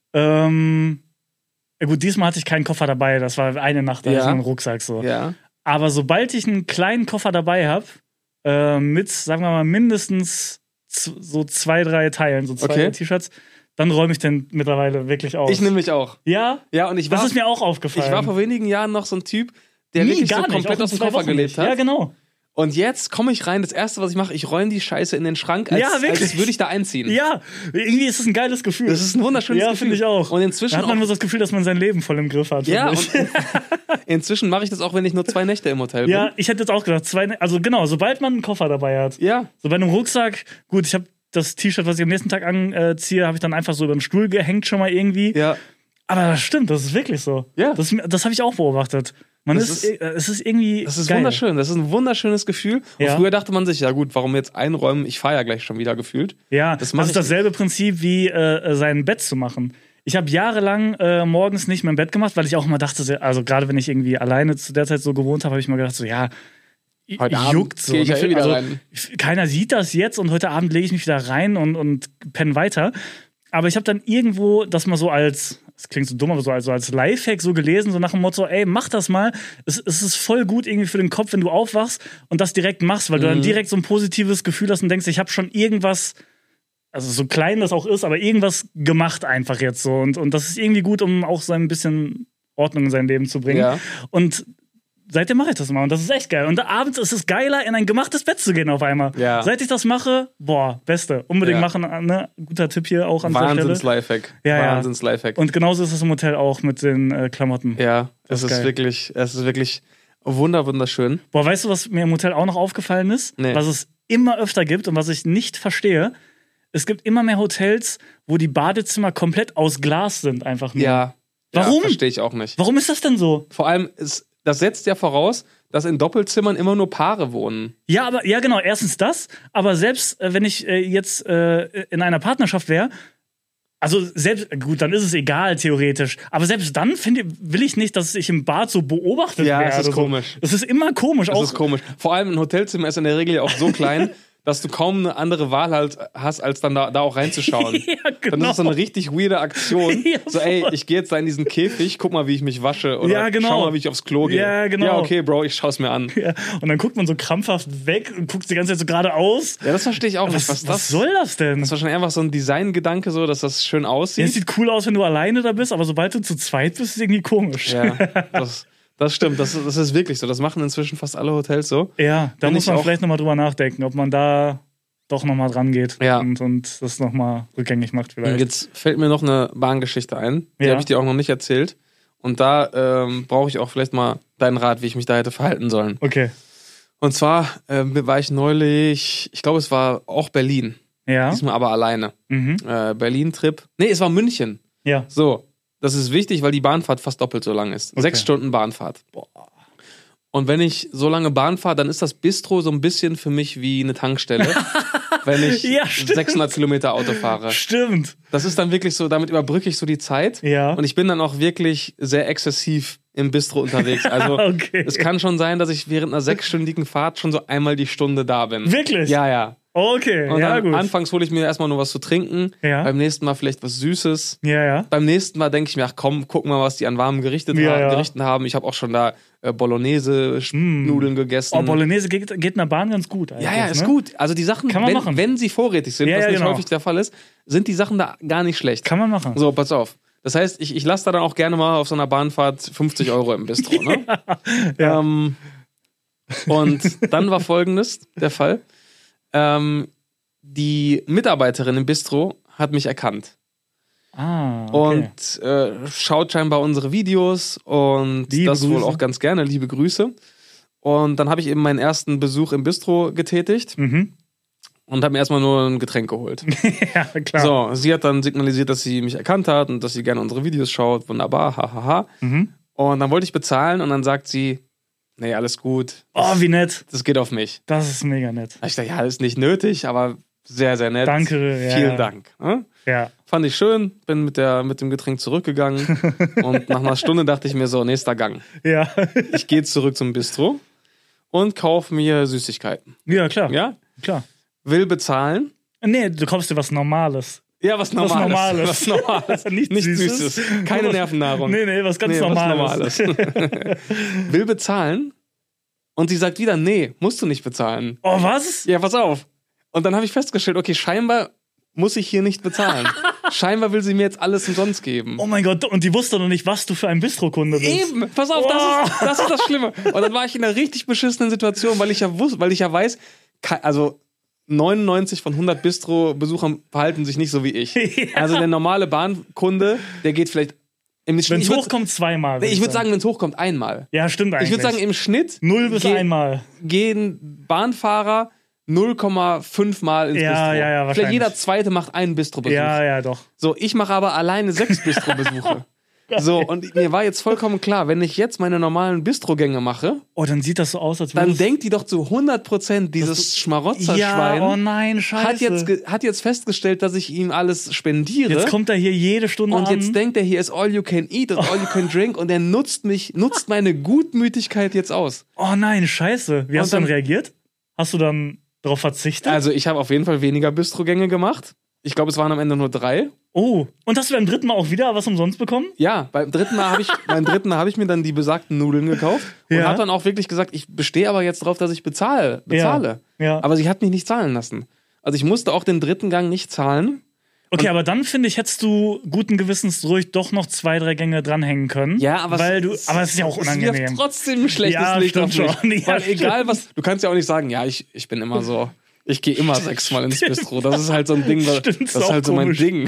Ähm, ja gut, diesmal hatte ich keinen Koffer dabei, das war eine Nacht, da Ja. ist ein Rucksack so. Ja. Aber sobald ich einen kleinen Koffer dabei habe, äh, mit, sagen wir mal, mindestens z- so zwei, drei Teilen, so zwei Okay. T-Shirts, dann räume ich den mittlerweile wirklich aus. Ich nehme mich auch. Ja? Ja, und ich war, Das ist mir auch aufgefallen. ich war vor wenigen Jahren noch so ein Typ, der Nie, wirklich gar so nicht, komplett auch in aus dem zwei Koffer Wochen gelebt nicht. hat. Ja, genau. Und jetzt komme ich rein, das erste, was ich mache, ich räume die Scheiße in den Schrank, als, Ja, wirklich. als würde ich da einziehen. Ja, irgendwie ist es ein geiles Gefühl. Das ist ein wunderschönes ja, Gefühl. finde ich auch. Und inzwischen da hat man auch- nur so das Gefühl, dass man sein Leben voll im Griff hat. Ja, finde ich. und inzwischen mache ich das auch, wenn ich nur zwei Nächte im Hotel bin. ja, ich hätte jetzt auch gedacht, zwei, also genau, sobald man einen Koffer dabei hat. Ja. So bei einem Rucksack, gut, ich habe das T-Shirt, was ich am nächsten Tag anziehe, habe ich dann einfach so über den Stuhl gehängt schon mal irgendwie. Ja. Aber das stimmt, das ist wirklich so. Ja. Das, das habe ich auch beobachtet. Man Das ist, ist- äh, es ist irgendwie Das ist geil. wunderschön. Das ist ein wunderschönes Gefühl. Ja. Und früher dachte man sich, ja gut, warum jetzt einräumen? Ich fahre ja gleich schon wieder gefühlt. Ja, Das das, mach ist ich dasselbe Prinzip wie äh, sein Bett zu machen. Ich habe jahrelang äh, morgens nicht mein Bett gemacht, weil ich auch immer dachte, also gerade wenn ich irgendwie alleine zu der Zeit so gewohnt habe, habe ich mir gedacht, so ja, Heute Abend juckt so. gehe ich ja ne? eh wieder also, rein. Keiner sieht das jetzt und heute Abend lege ich mich wieder rein und, und penne weiter. Aber ich habe dann irgendwo das mal so als, das klingt so dumm, aber so als, so als Lifehack so gelesen, so nach dem Motto, ey, mach das mal. Es, es ist voll gut irgendwie für den Kopf, wenn du aufwachst und das direkt machst, weil du dann Mhm. direkt so ein positives Gefühl hast und denkst, ich habe schon irgendwas, also so klein das auch ist, aber irgendwas gemacht einfach jetzt so. Und, und das ist irgendwie gut, um auch so ein bisschen Ordnung in sein Leben zu bringen. Ja. Und seitdem mache ich das mal und das ist echt geil. Und abends ist es geiler, in ein gemachtes Bett zu gehen auf einmal. Ja. Seit ich das mache, boah, beste. Unbedingt Ja. machen, ne? Guter Tipp hier auch an der Stelle. Wahnsinns-Lifehack. Ja, ja. Wahnsinns-Lifehack. Und genauso ist es im Hotel auch mit den äh, Klamotten. Ja, Das es ist ist geil. wirklich, es ist wirklich wunder, wunderschön. Boah, weißt du, was mir im Hotel auch noch aufgefallen ist? Nee. Was es immer öfter gibt und was ich nicht verstehe. Es gibt immer mehr Hotels, wo die Badezimmer komplett aus Glas sind, einfach nur. Ja. Warum? Ja, verstehe ich auch nicht. Warum ist das denn so? Vor allem, ist, das setzt ja voraus, dass in Doppelzimmern immer nur Paare wohnen. Ja, aber ja, genau, erstens das, aber selbst äh, wenn ich äh, jetzt äh, in einer Partnerschaft wäre, Also selbst, gut, dann ist es egal, theoretisch. Aber selbst dann finde, will ich nicht, dass ich im Bad so beobachtet Ja, werde. es ist so. komisch. Das ist immer komisch. Das auch, ist komisch. Vor allem ein Hotelzimmer ist in der Regel ja auch so klein, dass du kaum eine andere Wahl halt hast, als dann da, da auch reinzuschauen. Ja, genau. Dann ist das so eine richtig weirde Aktion. Ja, so, ey, ich gehe jetzt da in diesen Käfig, guck mal, wie ich mich wasche. Oder Ja, genau. schau mal, wie ich aufs Klo gehe. Ja, genau. Ja, okay, Bro, ich schau's mir an. Ja, und dann guckt man so krampfhaft weg und guckt die ganze Zeit so geradeaus. Ja, das verstehe ich auch nicht. Was, Was, was das, soll das denn? das ist wahrscheinlich einfach so ein Designgedanke, so, dass das schön Ja, aussieht. es sieht cool aus, wenn du alleine da bist, aber sobald du zu zweit bist, ist es irgendwie komisch. Ja, das, das stimmt. Das, das ist wirklich so. Das machen inzwischen fast alle Hotels so. Ja, da Bin muss ich man auch- vielleicht nochmal drüber nachdenken, ob man da doch nochmal dran geht Ja. und, und das nochmal rückgängig macht Und vielleicht. jetzt fällt mir noch eine Bahngeschichte ein. Die Ja. habe ich dir auch noch nicht erzählt. Und da ähm, brauche ich auch vielleicht mal deinen Rat, wie ich mich da hätte verhalten sollen. Okay. Und zwar äh, war ich neulich, ich glaube, es war auch Berlin. Ja. Diesmal aber alleine. Mhm. Äh, Berlin-Trip. Nee, es war München. Ja. So, das ist wichtig, weil die Bahnfahrt fast doppelt so lang ist. Okay. Sechs Stunden Bahnfahrt. Boah. Und wenn ich so lange Bahn fahre, dann ist das Bistro so ein bisschen für mich wie eine Tankstelle, wenn ich Ja, stimmt. sechshundert Kilometer Auto fahre. Stimmt. Das ist dann wirklich so, damit überbrücke ich so die Zeit. Ja. Und ich bin dann auch wirklich sehr exzessiv im Bistro unterwegs. Also Okay. es kann schon sein, dass ich während einer sechsstündigen Fahrt schon so einmal die Stunde da bin. Wirklich? Ja, ja. Okay, Und ja dann gut. anfangs hole ich mir erstmal nur was zu trinken. Ja. Beim nächsten Mal vielleicht was Süßes. Ja, ja. Beim nächsten Mal denke ich mir, ach komm, gucken wir mal, was die an warmen Gerichten, Ja, ha- ja. Gerichten haben. Ich habe auch schon da äh, Bolognese-Nudeln gegessen. Oh, Bolognese geht, geht in der Bahn ganz gut eigentlich. ja, ja, ist ne? gut. Also die Sachen, Kann man wenn, machen. wenn sie vorrätig sind, Ja, was ja, nicht genau. häufig der Fall ist, sind die Sachen da gar nicht schlecht. Kann man machen. So, pass auf. Das heißt, ich, ich lasse da dann auch gerne mal auf so einer Bahnfahrt fünfzig Euro im Bistro. Ne? Ja. Ähm, und dann war folgendes der Fall. Ähm, die Mitarbeiterin im Bistro hat mich erkannt. Ah, okay. Und äh, schaut scheinbar unsere Videos und Liebe das wohl Grüße. auch ganz gerne. Liebe Grüße. Und dann habe ich eben meinen ersten Besuch im Bistro getätigt Mhm. und habe mir erstmal nur ein Getränk geholt. Ja, klar. So, sie hat dann signalisiert, dass sie mich erkannt hat und dass sie gerne unsere Videos schaut. Wunderbar, hahaha. Mhm. Und dann wollte ich bezahlen und dann sagt sie, nee, alles gut. Oh, wie nett. Das geht auf mich. Das ist mega nett. Da ich dachte, ja, das ist nicht nötig, aber sehr, sehr nett. Danke, ja, Vielen ja. Dank. Hm? Ja. Fand ich schön, bin mit, der, mit dem Getränk zurückgegangen und nach einer Stunde dachte ich mir so, nächster Gang. Ja. Ich gehe zurück zum Bistro und kaufe mir Süßigkeiten. Ja, klar. Ja? Klar. Will bezahlen. Nee, du kaufst dir was Normales. Ja, was Normales. Normales. Was Normales. Nicht Nicht Süßes. Süßes. Keine Nervennahrung. Nee, nee, was ganz Nee, was Normales. Normales. Will bezahlen und sie sagt wieder, nee, musst du nicht bezahlen. Oh, was? Ja, pass auf. Und dann habe ich festgestellt, okay, scheinbar muss ich hier nicht bezahlen. Scheinbar will sie mir jetzt alles umsonst geben. Oh mein Gott, und die wusste noch nicht, was du für ein Bistrokunde bist. Eben, pass auf, das ist, das ist das Schlimme. Und dann war ich in einer richtig beschissenen Situation, weil ich ja wusste, weil ich ja weiß, ke- also neunundneunzig von hundert Bistro-Besuchern verhalten sich nicht so wie ich. Ja. Also der normale Bahnkunde, der geht vielleicht im Schnitt. Wenn es ich würd- hochkommt, zweimal. Nee, ich würde sagen, wenn es hochkommt, einmal. Ja, stimmt eigentlich. Ich würde sagen, im Schnitt Null bis ge- einmal. gehen Bahnfahrer null Komma fünf Mal ins Ja, Bistro. ja, ja, Vielleicht wahrscheinlich. jeder Zweite macht einen Bistro-Besuch. Ja, ja, doch. So, ich mache aber alleine sechs Bistro-Besuche. So, und mir war jetzt vollkommen klar, wenn ich jetzt meine normalen Bistro-Gänge mache, Oh, dann sieht das so aus, als dann würdest denkt die doch zu hundert Prozent, dieses Schmarotzerschwein Ja, oh nein, scheiße. hat, jetzt ge- hat jetzt festgestellt, dass ich ihm alles spendiere. Jetzt kommt er hier jede Stunde und an. jetzt denkt er, hier ist all you can eat und all you can drink und er nutzt mich, nutzt meine Gutmütigkeit jetzt aus. Oh nein, scheiße. Wie hast du dann- dann reagiert? Hast du dann darauf verzichtet? Also ich habe auf jeden Fall weniger Bistrogänge gemacht. Ich glaube, es waren am Ende nur drei. Oh, und hast du beim dritten Mal auch wieder was umsonst bekommen? Ja, beim dritten Mal habe ich, beim dritten Mal habe ich mir dann die besagten Nudeln gekauft und Ja. habe dann auch wirklich gesagt, ich bestehe aber jetzt darauf, dass ich bezahle, bezahle. Ja, ja. Aber sie hat mich nicht zahlen lassen. Also ich musste auch den dritten Gang nicht zahlen. Okay, aber dann finde ich, hättest du guten Gewissens ruhig doch noch zwei, drei Gänge dranhängen können. Ja, aber weil du, es, aber es ist ja auch es unangenehm. wirft trotzdem ein schlechtes Ja, Licht auf stimmt mich. schon. Ja, Weil stimmt. egal was, du kannst ja auch nicht sagen, ja, ich, ich bin immer so, ich gehe immer sechsmal ins Bistro. Das ist halt so ein Ding, das, Stimmt, ist das ist auch halt so mein komisch. Ding.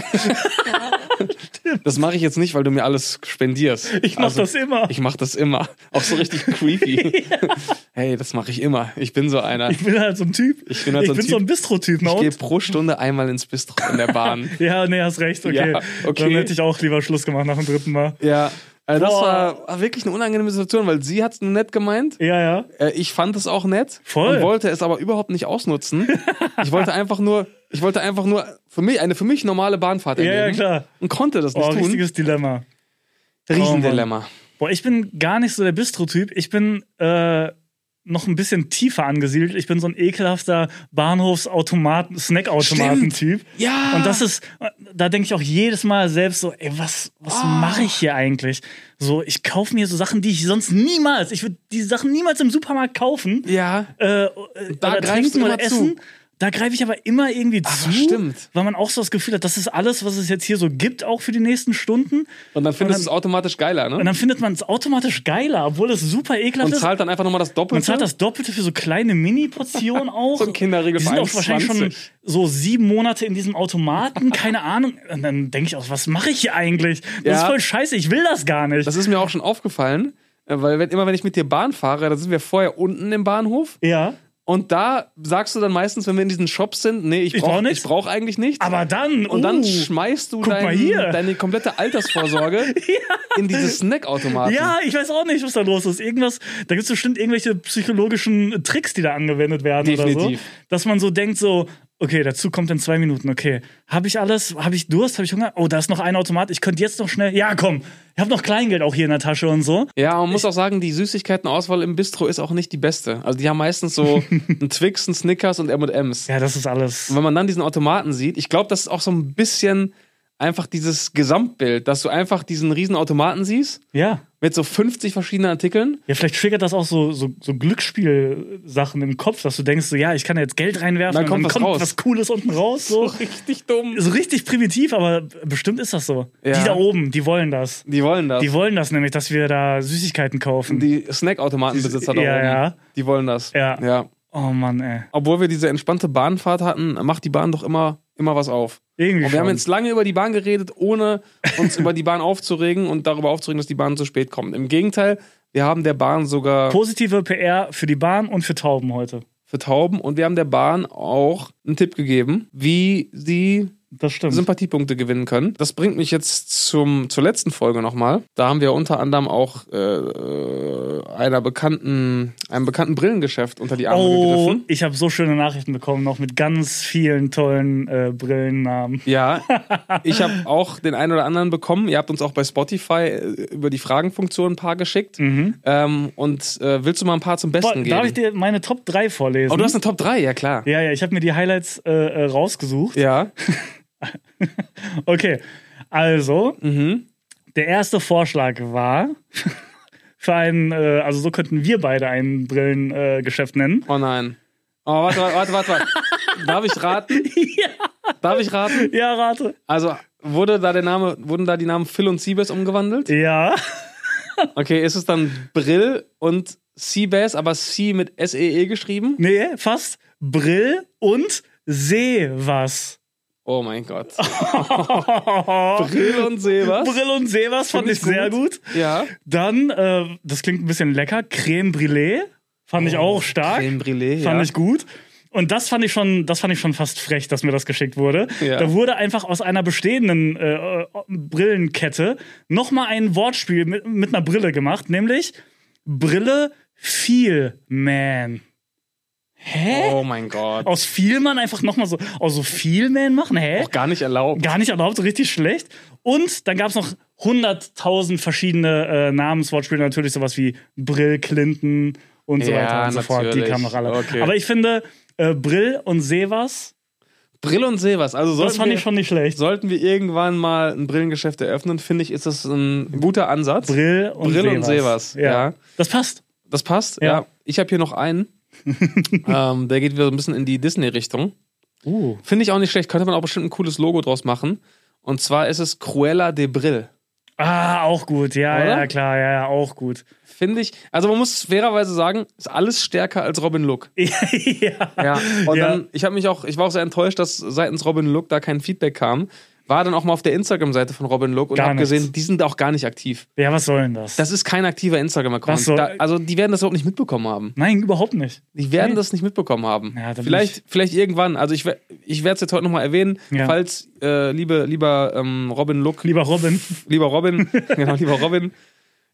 Das mache ich jetzt nicht, weil du mir alles spendierst. Ich mach Also, das immer. Ich mache das immer. Auch so richtig creepy. Hey, das mache ich immer. Ich bin so einer. Ich bin halt so ein Typ. Ich bin halt so ein so ein Typ. Bistro-Typ. na Ich gehe und? pro Stunde einmal ins Bistro in der Bahn. Ja, nee, hast recht. Okay. Ja, okay. Dann hätte ich auch lieber Schluss gemacht nach dem dritten Mal. Ja, also das Boah. war, war wirklich eine unangenehme Situation, weil sie hat es nett gemeint. Ja, ja. Äh, Ich fand es auch nett Voll. und wollte es aber überhaupt nicht ausnutzen. Ich wollte einfach nur Ich wollte einfach nur für mich eine für mich normale Bahnfahrt erleben. Ja, ja, klar. Und konnte das nicht Oh, tun. richtiges Dilemma. Riesendilemma. Oh, Boah, ich bin gar nicht so der Bistro-Typ. Ich bin äh, noch ein bisschen tiefer angesiedelt. Ich bin so ein ekelhafter Bahnhofsautomaten, Snackautomaten-Typ. Ja. Und das ist, da denke ich auch jedes Mal selbst so, ey, was, was Oh. mache ich hier eigentlich? So, ich kaufe mir so Sachen, die ich sonst niemals, ich würde diese Sachen niemals im Supermarkt kaufen. Ja. Äh, Da oder greifst trinken du oder immer essen. zu. Da greife ich aber immer irgendwie Ach, zu, stimmt. weil man auch so das Gefühl hat, das ist alles, was es jetzt hier so gibt, auch für die nächsten Stunden. Und dann findest du Und es automatisch geiler, ne? Und dann findet man es automatisch geiler, obwohl es super ekelhaft Und ist. zahlt dann einfach nochmal das Doppelte. Man zahlt das Doppelte für so kleine Mini-Portionen auch. So ein Kinderriegel Die sind für auch wahrscheinlich schon eins zwanzig. so sieben Monate in diesem Automaten, keine Ahnung. Und dann denke ich auch, was mache ich hier eigentlich? Das Ja. ist voll scheiße, ich will das gar nicht. Das ist mir auch schon aufgefallen, äh, weil wenn, immer wenn ich mit dir Bahn fahre, da sind wir vorher unten im Bahnhof. ja. Und da sagst du dann meistens, wenn wir in diesen Shops sind, nee, ich Ich brauch brauche nichts. ich brauch eigentlich nichts. Aber dann, Und dann uh, schmeißt du guck mal dein, hier. deine komplette Altersvorsorge in diese Snackautomaten. Ja, ich weiß auch nicht, was da los ist. Irgendwas, da gibt es bestimmt irgendwelche psychologischen Tricks, die da angewendet werden oder Definitiv. so. Dass man so denkt, so, okay, dazu kommt in zwei Minuten, okay. Habe ich alles? Habe ich Durst? Habe ich Hunger? Oh, da ist noch ein Automat, ich könnte jetzt noch schnell. Ja, komm, ich habe noch Kleingeld auch hier in der Tasche und so. Ja, man muss auch sagen, die Süßigkeitenauswahl im Bistro ist auch nicht die beste. Also die haben meistens so einen Twix, einen Snickers und M und M's. Ja, das ist alles. Und wenn man dann diesen Automaten sieht, ich glaube, das ist auch so ein bisschen einfach dieses Gesamtbild, dass du einfach diesen riesen Automaten siehst Ja. mit so fünfzig verschiedenen Artikeln. Ja, vielleicht triggert das auch so, so, so Glücksspielsachen im Kopf, dass du denkst, so, ja, ich kann jetzt Geld reinwerfen Dann und kommt dann was kommt raus. was Cooles unten raus. So. Richtig dumm. So richtig primitiv, aber bestimmt ist das so. Ja. Die da oben, die wollen das. Die wollen das. Die wollen das nämlich, dass wir da Süßigkeiten kaufen. Die Snackautomatenbesitzer da Ja, oben, ja. die wollen das. Ja. ja. Oh Mann, ey. Obwohl wir diese entspannte Bahnfahrt hatten, macht die Bahn doch immer, immer was auf. Irgendwie Und wir haben schon. jetzt lange über die Bahn geredet, ohne uns über die Bahn aufzuregen und darüber aufzuregen, dass die Bahn zu spät kommt. Im Gegenteil, wir haben der Bahn sogar Positive P R für die Bahn und für Tauben heute. für Tauben und wir haben der Bahn auch einen Tipp gegeben, wie sie Das stimmt. Sympathiepunkte gewinnen können. Das bringt mich jetzt zum, zur letzten Folge nochmal. Da haben wir unter anderem auch äh, einer bekannten, einem bekannten Brillengeschäft unter die Arme Oh, gegriffen. ich habe so schöne Nachrichten bekommen, noch mit ganz vielen tollen äh, Brillennamen. Ja, ich habe auch den einen oder anderen bekommen. Ihr habt uns auch bei Spotify äh, über die Fragenfunktion ein paar geschickt. Mhm. Ähm, und äh, willst du mal ein paar zum Besten Boah, geben? darf ich dir meine Top drei vorlesen? Oh, du hast eine Top drei, ja klar. ja, ja, ich habe mir die Highlights äh, äh, rausgesucht. Ja. Okay, also, Mhm. der erste Vorschlag war für ein, äh, also so könnten wir beide ein Brillengeschäft äh, Geschäft nennen. Oh nein. Oh, warte, warte, warte, warte. Darf ich raten? Ja. Darf ich raten? Ja, rate. Also, wurde da der Name, wurden da die Namen Phil und Siebes umgewandelt? Ja. Okay, ist es dann Brill und Seabass, aber C mit S E E geschrieben? Nee, fast. Brill und Seh was. Oh mein Gott. Brill und Seebas? Brill und Seh was fand Find ich ich sehr gut. gut. Ja. Dann, äh, das klingt ein bisschen lecker, Creme Brûlée. Fand ich auch stark. Creme Brûlée, Fand ja. ich gut. Und das fand ich schon, das fand ich schon fast frech, dass mir das geschickt wurde. Ja. Da wurde einfach aus einer bestehenden äh, äh, Brillenkette nochmal ein Wortspiel mit, mit einer Brille gemacht, nämlich Brille Feel Man. Hä? Oh mein Gott. Aus Vielmann einfach nochmal so, aus so Vielman machen? Hä? Auch gar nicht erlaubt. Gar nicht erlaubt, so richtig schlecht. Und dann gab es noch hunderttausend verschiedene äh, Namenswortspiele, natürlich sowas wie Brill Clinton und so Ja, weiter und so fort. Die natürlich. kamen noch alle. Okay. Aber ich finde, äh, Brill und Sevas, Brill und Seebas. Also sollten das fand wir, ich schon nicht schlecht. sollten wir irgendwann mal ein Brillengeschäft eröffnen, finde ich, ist das ein guter Ansatz. Brill und Brill Sevas. und Sevas, Ja. ja. Das passt. Das passt, ja. Ja. Ich habe hier noch einen. ähm, der geht wieder so ein bisschen in die Disney-Richtung. Uh. Finde ich auch nicht schlecht. Könnte man auch bestimmt ein cooles Logo draus machen. Und zwar ist es Cruella de Brill. Ah, auch gut. Ja, Oder? ja, klar. Ja, ja, auch gut. Finde ich, also man muss fairerweise sagen, ist alles stärker als Robin Look. ja. Ja. Und Ja. dann, ich habe mich auch, ich war auch sehr enttäuscht, dass seitens Robin Look da kein Feedback kam. War dann auch mal auf der Instagram-Seite von Robin Look und Gar habe nichts. gesehen, die sind auch gar nicht aktiv. Ja, was soll denn das? Das ist kein aktiver Instagram-Account. Was soll- Da, also die werden das überhaupt nicht mitbekommen haben. Nein, überhaupt nicht. Die werden Nee. das nicht mitbekommen haben. Ja, da bin vielleicht, vielleicht irgendwann. Also ich, wer- ich werde es jetzt heute nochmal erwähnen, Ja. falls äh, liebe, lieber ähm, Robin Look, Lieber Robin. lieber Robin, genau, lieber Robin,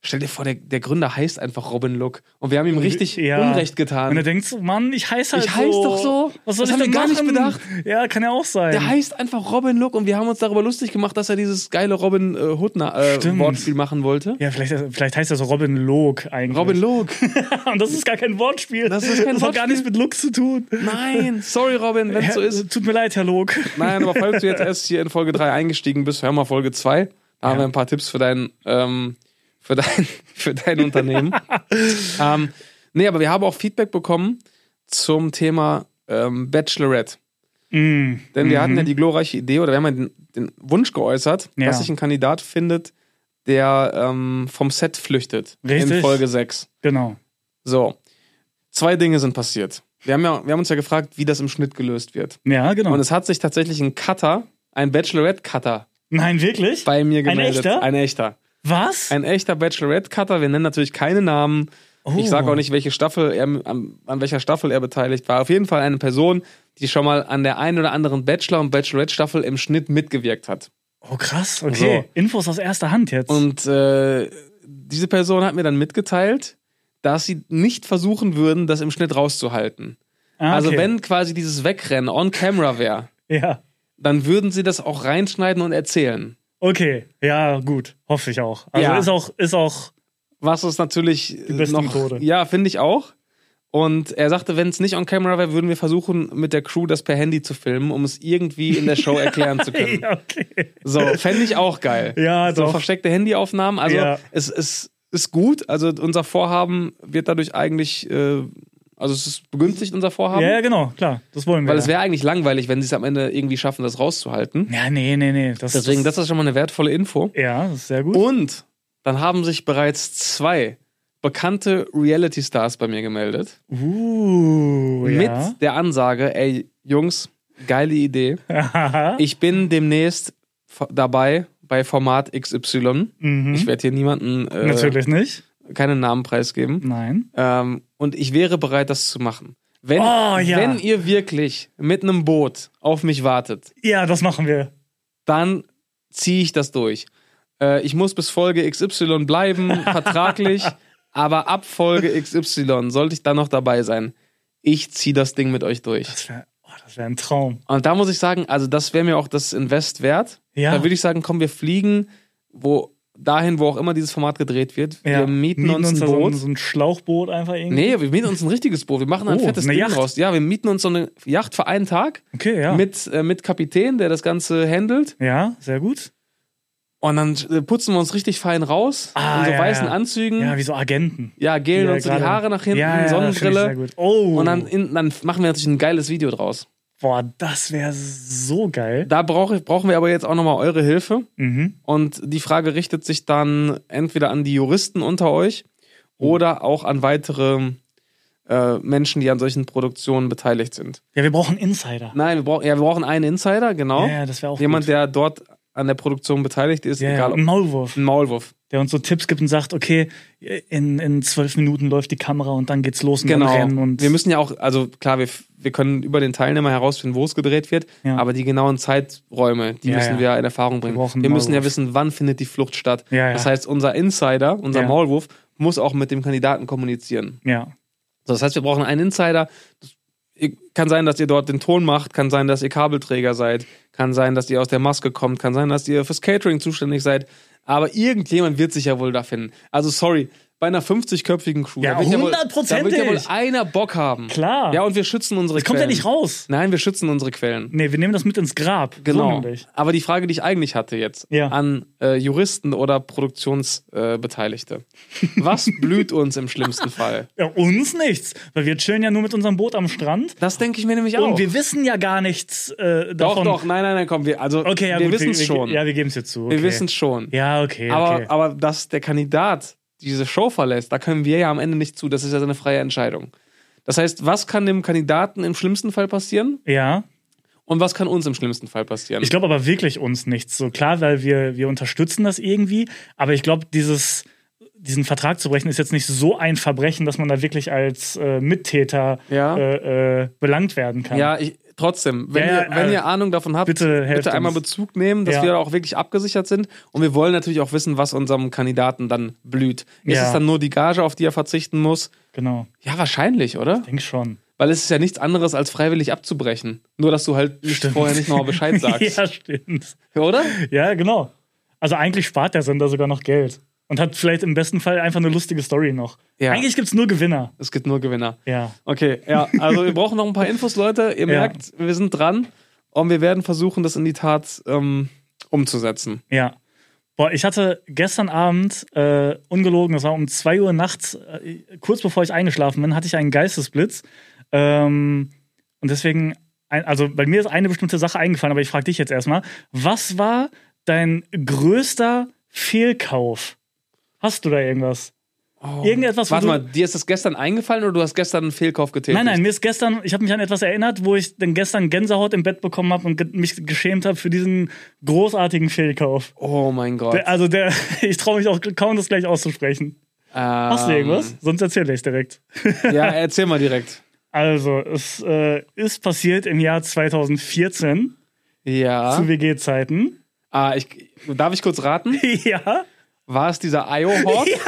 Stell dir vor, der, der Gründer heißt einfach Robin Look. Und wir haben ihm richtig Ja. Unrecht getan. Und du denkst, Mann, ich heiße halt Ich heiß so. doch so. Was soll Das ich haben wir denn gar machen? nicht bedacht. Ja, kann ja auch sein. Der heißt einfach Robin Look und wir haben uns darüber lustig gemacht, dass er dieses geile Robin äh, Hood äh, Stimmt. Wortspiel machen wollte. ja, vielleicht, vielleicht heißt er so Robin Look eigentlich. Robin Look. Und das ist gar kein Wortspiel. Das ist kein das hat gar Wortspiel. nichts mit Looks zu tun. Nein, sorry Robin, wenn es so ist. Tut mir leid, Herr Look. Nein, aber falls du jetzt erst hier in Folge drei eingestiegen bist, hör mal Folge zwei. Da haben wir ein paar Tipps für dein, ähm, für dein, für dein Unternehmen. ähm, nee, aber wir haben auch Feedback bekommen zum Thema ähm, Bachelorette. Mm. Denn wir Mhm. hatten ja die glorreiche Idee, oder wir haben ja den, den Wunsch geäußert, Ja. dass sich ein Kandidat findet, der ähm, vom Set flüchtet. Richtig. In Folge sechs. Genau. So. Zwei Dinge sind passiert. Wir haben, ja, wir haben uns ja gefragt, wie das im Schnitt gelöst wird. Ja, genau. Und es hat sich tatsächlich ein Cutter, ein Bachelorette-Cutter Nein, wirklich? bei mir Ein gemeldet. echter? Ein echter. Was? Ein echter Bachelorette-Cutter. Wir nennen natürlich keine Namen. Oh. Ich sage auch nicht, welche Staffel er, an, an welcher Staffel er beteiligt war. Auf jeden Fall eine Person, die schon mal an der einen oder anderen Bachelor- und Bachelorette-Staffel im Schnitt mitgewirkt hat. Oh, krass. Okay. So. Infos aus erster Hand jetzt. Und äh, diese Person hat mir dann mitgeteilt, dass sie nicht versuchen würden, das im Schnitt rauszuhalten. ah, Also okay. wenn quasi dieses Wegrennen on camera wäre, Ja. dann würden sie das auch reinschneiden und erzählen. Okay. Ja, gut. Hoffe ich auch. Also Ja. ist auch, ist auch. Was ist natürlich Die beste noch, Methode. Ja, finde ich auch. Und er sagte, wenn es nicht on camera wäre, würden wir versuchen, mit der Crew das per Handy zu filmen, um es irgendwie in der Show erklären zu können. Ja, okay. So, fände ich auch geil. Ja, So doch. versteckte Handyaufnahmen. Also Ja. es, es ist gut. Also unser Vorhaben wird dadurch eigentlich, äh, also es ist begünstigt, unser Vorhaben. Ja, ja, genau. Klar. Das wollen wir. Weil ja. es wäre eigentlich langweilig, wenn sie es am Ende irgendwie schaffen, das rauszuhalten. Ja, nee, nee, nee. Das, Deswegen, das ist schon mal eine wertvolle Info. Ja, das ist sehr gut. Und dann haben sich bereits zwei bekannte Reality-Stars bei mir gemeldet. Uh, ja. Mit der Ansage, ey, Jungs, geile Idee. Aha. Ich bin demnächst f- dabei bei Format X Y. Mhm. Ich werde hier niemanden äh, Natürlich nicht. keinen Namen preisgeben. Nein. Ähm, und ich wäre bereit, das zu machen. Wenn, Oh, ja. wenn ihr wirklich mit einem Boot auf mich wartet, Ja, das machen wir. dann ziehe ich das durch. Äh, ich muss bis Folge X Y bleiben, vertraglich, aber ab Folge X Y sollte ich dann noch dabei sein. Ich ziehe das Ding mit euch durch. Das wäre oh, das wär ein Traum. Und da muss ich sagen, also das wäre mir auch das Invest wert. Ja. Da würde ich sagen, komm, wir fliegen wo dahin, wo auch immer dieses Format gedreht wird. Ja. Wir mieten, uns ein da so Boot. ein, so ein Schlauchboot einfach irgendwie. Nee, wir mieten uns ein richtiges Boot. Wir machen ein Oh, fettes eine Ding Yacht. raus. Ja, wir mieten uns so eine Yacht für einen Tag Okay, ja. mit, äh, mit Kapitän, der das Ganze handelt. ja, sehr gut. Und dann äh, putzen wir uns richtig fein raus Ah, in so ja, weißen ja. Anzügen. Ja, Ja, wie so Agenten. gelen Ja, uns so die gerade- Haare nach hinten, ja, ja, Sonnenbrille. finde ich sehr gut. Oh. Und dann, in, dann machen wir natürlich ein geiles Video draus. Boah, das wäre so geil. Da brauch, ich- brauchen wir aber jetzt auch nochmal eure Hilfe. Mhm. Und die Frage richtet sich dann entweder an die Juristen unter euch oder auch an weitere äh, Menschen, die an solchen Produktionen beteiligt sind. Ja, wir brauchen Insider. Nein, wir, brauch, ja, wir brauchen einen Insider, genau. Ja, ja, das wäre auch Jemand, gut. der dort an der Produktion beteiligt ist, Ja, ja, egal ob ein Maulwurf, ein Maulwurf. der uns so Tipps gibt und sagt, okay, in, in zwölf Minuten läuft die Kamera und dann geht's los und Genau. dann rennen. Und Wir müssen ja auch, also klar, wir, wir können über den Teilnehmer herausfinden, wo es gedreht wird, Ja. aber die genauen Zeiträume, die Ja, müssen ja. wir in Erfahrung bringen. Wir brauchen Wir, müssen ja Maulwurf. wissen, wann findet die Flucht statt. Ja, ja. Das heißt, unser Insider, unser Ja. Maulwurf, muss auch mit dem Kandidaten kommunizieren. ja. So, das heißt, wir brauchen einen Insider. Das kann sein, dass ihr dort den Ton macht, kann sein, dass ihr Kabelträger seid, kann sein, dass ihr aus der Maske kommt, kann sein, dass ihr fürs Catering zuständig seid. Aber irgendjemand wird sich ja wohl da finden. Also sorry, bei einer fünfzig-köpfigen Crew, Ja, da, wird ja wohl, da hundertprozentig. wird ja wohl einer Bock haben. Klar. Ja, und wir schützen unsere Das kommt Quellen. ja nicht raus. Nein, wir schützen unsere Quellen. Nee, wir nehmen das mit ins Grab. Genau. So nämlich. Aber die Frage, die ich eigentlich hatte jetzt Ja. an äh, Juristen oder Produktionsbeteiligte. Äh, Beteiligte. Was blüht uns im schlimmsten Fall? Ja, uns nichts. Weil wir chillen ja nur mit unserem Boot am Strand. Das denke ich mir nämlich auch. Und wir wissen ja gar nichts äh, doch, davon. doch, nein, nein, nein, komm, wir, also, Okay, ja, wir gut, wissen es wir, schon. Ja, wir geben es jetzt zu. Okay. Wir wissen es schon. Ja, okay, aber, okay. aber dass der Kandidat diese Show verlässt, da können wir ja am Ende nicht zu. Das ist ja seine freie Entscheidung. Das heißt, was kann dem Kandidaten im schlimmsten Fall passieren ja. und was kann uns im schlimmsten Fall passieren? Ich glaube aber wirklich uns nichts. So klar, weil wir, wir unterstützen das irgendwie. Aber ich glaube, dieses, diesen Vertrag zu brechen ist jetzt nicht so ein Verbrechen, dass man da wirklich als äh, Mittäter Ja. äh, äh, belangt werden kann. ja, ich, trotzdem, wenn, Ja, ihr, ja, wenn äh, ihr Ahnung davon habt, bitte helft bitte einmal uns. Bezug nehmen, dass Ja. wir auch wirklich abgesichert sind. Und wir wollen natürlich auch wissen, was unserem Kandidaten dann blüht. Ist Ja. es dann nur die Gage, auf die er verzichten muss? Genau, Ja, wahrscheinlich, oder? ich denke schon. Weil es ist ja nichts anderes, als freiwillig abzubrechen. Nur, dass du halt nicht Stimmt. vorher nicht nochmal Bescheid sagst. Ja, stimmt. Oder? Ja, genau. Also eigentlich spart der Sender sogar noch Geld. Und hat vielleicht im besten Fall einfach eine lustige Story noch. Ja. Eigentlich gibt's nur Gewinner. Es gibt nur Gewinner. Ja. Okay, ja, also wir brauchen noch ein paar Infos, Leute. Ihr Ja. merkt, wir sind dran und wir werden versuchen, das in die Tat ähm, umzusetzen. Ja. Boah, ich hatte gestern Abend, äh, ungelogen, das war um zwei Uhr nachts, äh, kurz bevor ich eingeschlafen bin, hatte ich einen Geistesblitz. Ähm, und deswegen, ein, also bei mir ist eine bestimmte Sache eingefallen, aber ich frage dich jetzt erstmal, was war dein größter Fehlkauf? Hast du da irgendwas? Oh. Irgendetwas, wo Warte du- mal, dir ist das gestern eingefallen oder du hast gestern einen Fehlkauf getätigt? Nein, nein, mir ist gestern, ich habe mich an etwas erinnert, wo ich dann gestern Gänsehaut im Bett bekommen habe und ge mich geschämt habe für diesen großartigen Fehlkauf. Oh mein Gott. Der, also der, ich traue mich auch kaum, das gleich auszusprechen. Hast du irgendwas? Sonst erzähle ich direkt. Ja, erzähl mal direkt. Also, es äh, ist passiert im Jahr zweitausendvierzehn Ja. zu W G-Zeiten. Ah, ich, darf ich kurz raten? Ja, War es dieser Io-Hawk? Ja.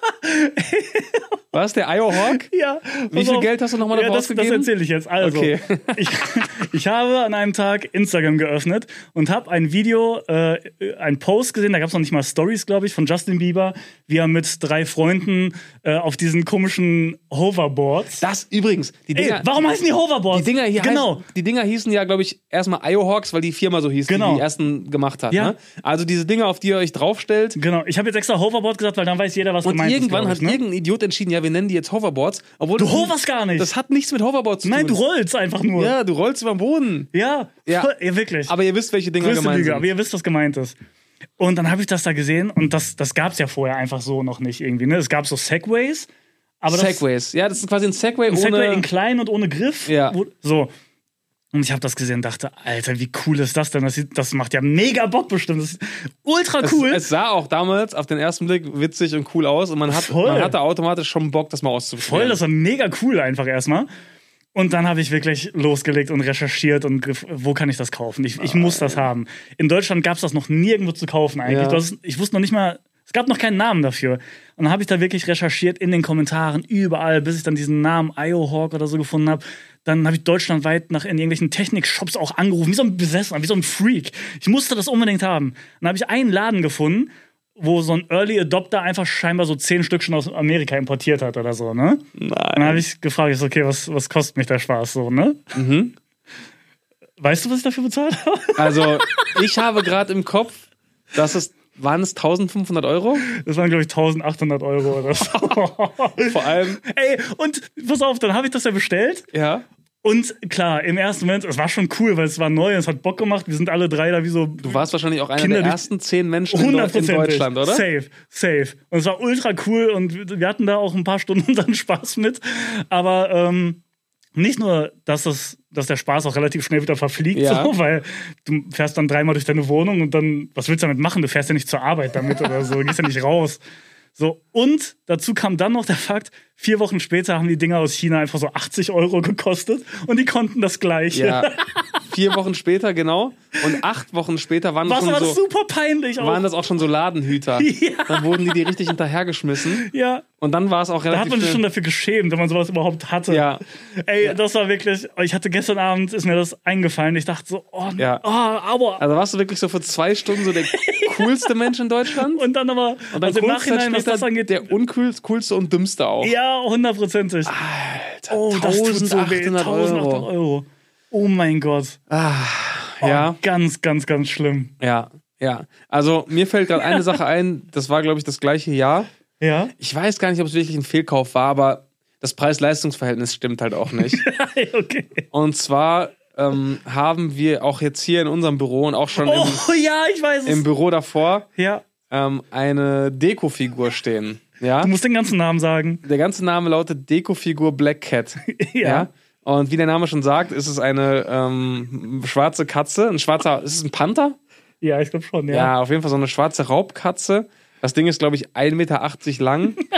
War es der Io-Hawk? ja. Wie viel Geld hast du nochmal Ja, dafür das, das ausgegeben? erzähle ich jetzt. Also, Okay. ich, ich habe an einem Tag Instagram geöffnet und habe ein Video, äh, einen Post gesehen, da gab es noch nicht mal Stories, glaube ich, von Justin Bieber, wie er mit drei Freunden äh, auf diesen komischen Hoverboards. Das übrigens, die Dinger, Ey, warum heißen die Hoverboards? die Dinger hier Genau. heißen, die Dinger hießen ja, glaube ich, erstmal Io-Hawks, weil die Firma so hieß, Genau. die die ersten gemacht hat. Ja. Ne? Also diese Dinger, auf die ihr euch draufstellt. Genau. Ich habe jetzt extra Hoverboard gesagt, weil dann weiß jeder, was Und gemeint irgendwann ist. hat glaub ich, ne? irgendein Idiot entschieden, ja, wir nennen die jetzt Hoverboards. Obwohl Du das- hoverst gar nicht. Das hat nichts mit Hoverboards zu Nein, du tun. rollst einfach nur. Ja, du rollst über den Boden. Ja, Ja. voll- ja wirklich. Aber ihr wisst, welche Dinger Größte gemeint Lüge, sind. aber ihr wisst, was gemeint ist. Und dann habe ich das da gesehen und das, das gab es ja vorher einfach so noch nicht irgendwie. Ne? Es gab so Segways. Aber das, Segways. Ja, das ist quasi ein Segway ein ohne... Segway in klein und ohne Griff. Ja. Wo, so. Und ich habe das gesehen und dachte, Alter, wie cool ist das denn? Das, sieht, das macht ja mega Bock bestimmt. Das ist ultra cool. Es, es sah auch damals auf den ersten Blick witzig und cool aus und man, hat, Voll. man hatte automatisch schon Bock, das mal auszuprobieren. Voll, das war mega cool einfach erstmal. Und dann habe ich wirklich losgelegt und recherchiert und gef- wo kann ich das kaufen? Ich, ich muss das haben. In Deutschland gab es das noch nirgendwo zu kaufen eigentlich. Ja. Du hast, ich wusste noch nicht mal, es gab noch keinen Namen dafür. Und dann habe ich da wirklich recherchiert in den Kommentaren, überall, bis ich dann diesen Namen Io-Hawk oder so gefunden habe. Dann habe ich deutschlandweit nach in irgendwelchen Technik-Shops auch angerufen, wie so ein Besessener, wie so ein Freak. Ich musste das unbedingt haben. Dann habe ich einen Laden gefunden, wo so ein Early Adopter einfach scheinbar so zehn Stück schon aus Amerika importiert hat oder so, ne? Nein. Dann habe ich gefragt, ich so, okay, was, was kostet mich der Spaß so, ne? Mhm. Weißt du, was ich dafür bezahlt habe? Also, ich habe gerade im Kopf, dass es, waren es eintausendfünfhundert Euro? Das waren, glaube ich, eintausendachthundert Euro oder so. Vor allem, Ey, und pass auf, dann habe ich das ja bestellt. ja. Und klar, im ersten Moment, es war schon cool, weil es war neu, es hat Bock gemacht. Wir sind alle drei da wie so Du warst wahrscheinlich auch einer Kinder, der die- ersten zehn Menschen in, Deu in hundertprozentig. Deutschland, oder? Safe, safe. Und es war ultra cool und wir hatten da auch ein paar Stunden dann Spaß mit. Aber ähm, nicht nur, dass, das, dass der Spaß auch relativ schnell wieder verfliegt, Ja. so, weil du fährst dann dreimal durch deine Wohnung und dann, was willst du damit machen? Du fährst ja nicht zur Arbeit damit oder so, gehst ja nicht raus. So, und dazu kam dann noch der Fakt, vier Wochen später haben die Dinger aus China einfach so achtzig Euro gekostet und die konnten das Gleiche. Ja. Vier Wochen später, genau. Und acht Wochen später waren das Was schon war das so, super peinlich auch. waren das auch schon so Ladenhüter. Ja. Dann wurden die die richtig hinterhergeschmissen. Ja, Und dann war es auch da relativ hat man sich schon schnell- dafür geschämt, wenn man sowas überhaupt hatte. Ja. Ey, das war wirklich, ich hatte gestern Abend, ist mir das eingefallen, ich dachte so, oh, Ja. oh aber. Also warst du wirklich so für zwei Stunden so der coolste Mensch in Deutschland? Und dann aber, Und dann also im kurze Zeit Nachhinein, was später das angeht, der uncoolste coolste und dümmste auch. ja, hundertprozentig. Alter, Oh, das tut so weh. eintausendachthundert Euro. Euro. Oh mein Gott. Ah, Oh, ja, Ganz, ganz, ganz schlimm. ja, ja. Also mir fällt gerade eine Sache ein, das war, glaube ich, das gleiche Jahr. Ja? Ich weiß gar nicht, ob es wirklich ein Fehlkauf war, aber das Preis-Leistungs-Verhältnis stimmt halt auch nicht. Okay. Und zwar ähm, haben wir auch jetzt hier in unserem Büro und auch schon Oh ja, ich weiß im, es. im Büro davor Ja. ähm, eine Deko-Figur stehen. Ja? Du musst den ganzen Namen sagen. Der ganze Name lautet Deko-Figur Black Cat. Ja. Und wie der Name schon sagt, ist es eine ähm, schwarze Katze. Ein schwarzer, ist es ein Panther? Ja, ich glaube schon, Ja. ja. auf jeden Fall so eine schwarze Raubkatze. Das Ding ist, glaube ich, ein Meter achtzig lang.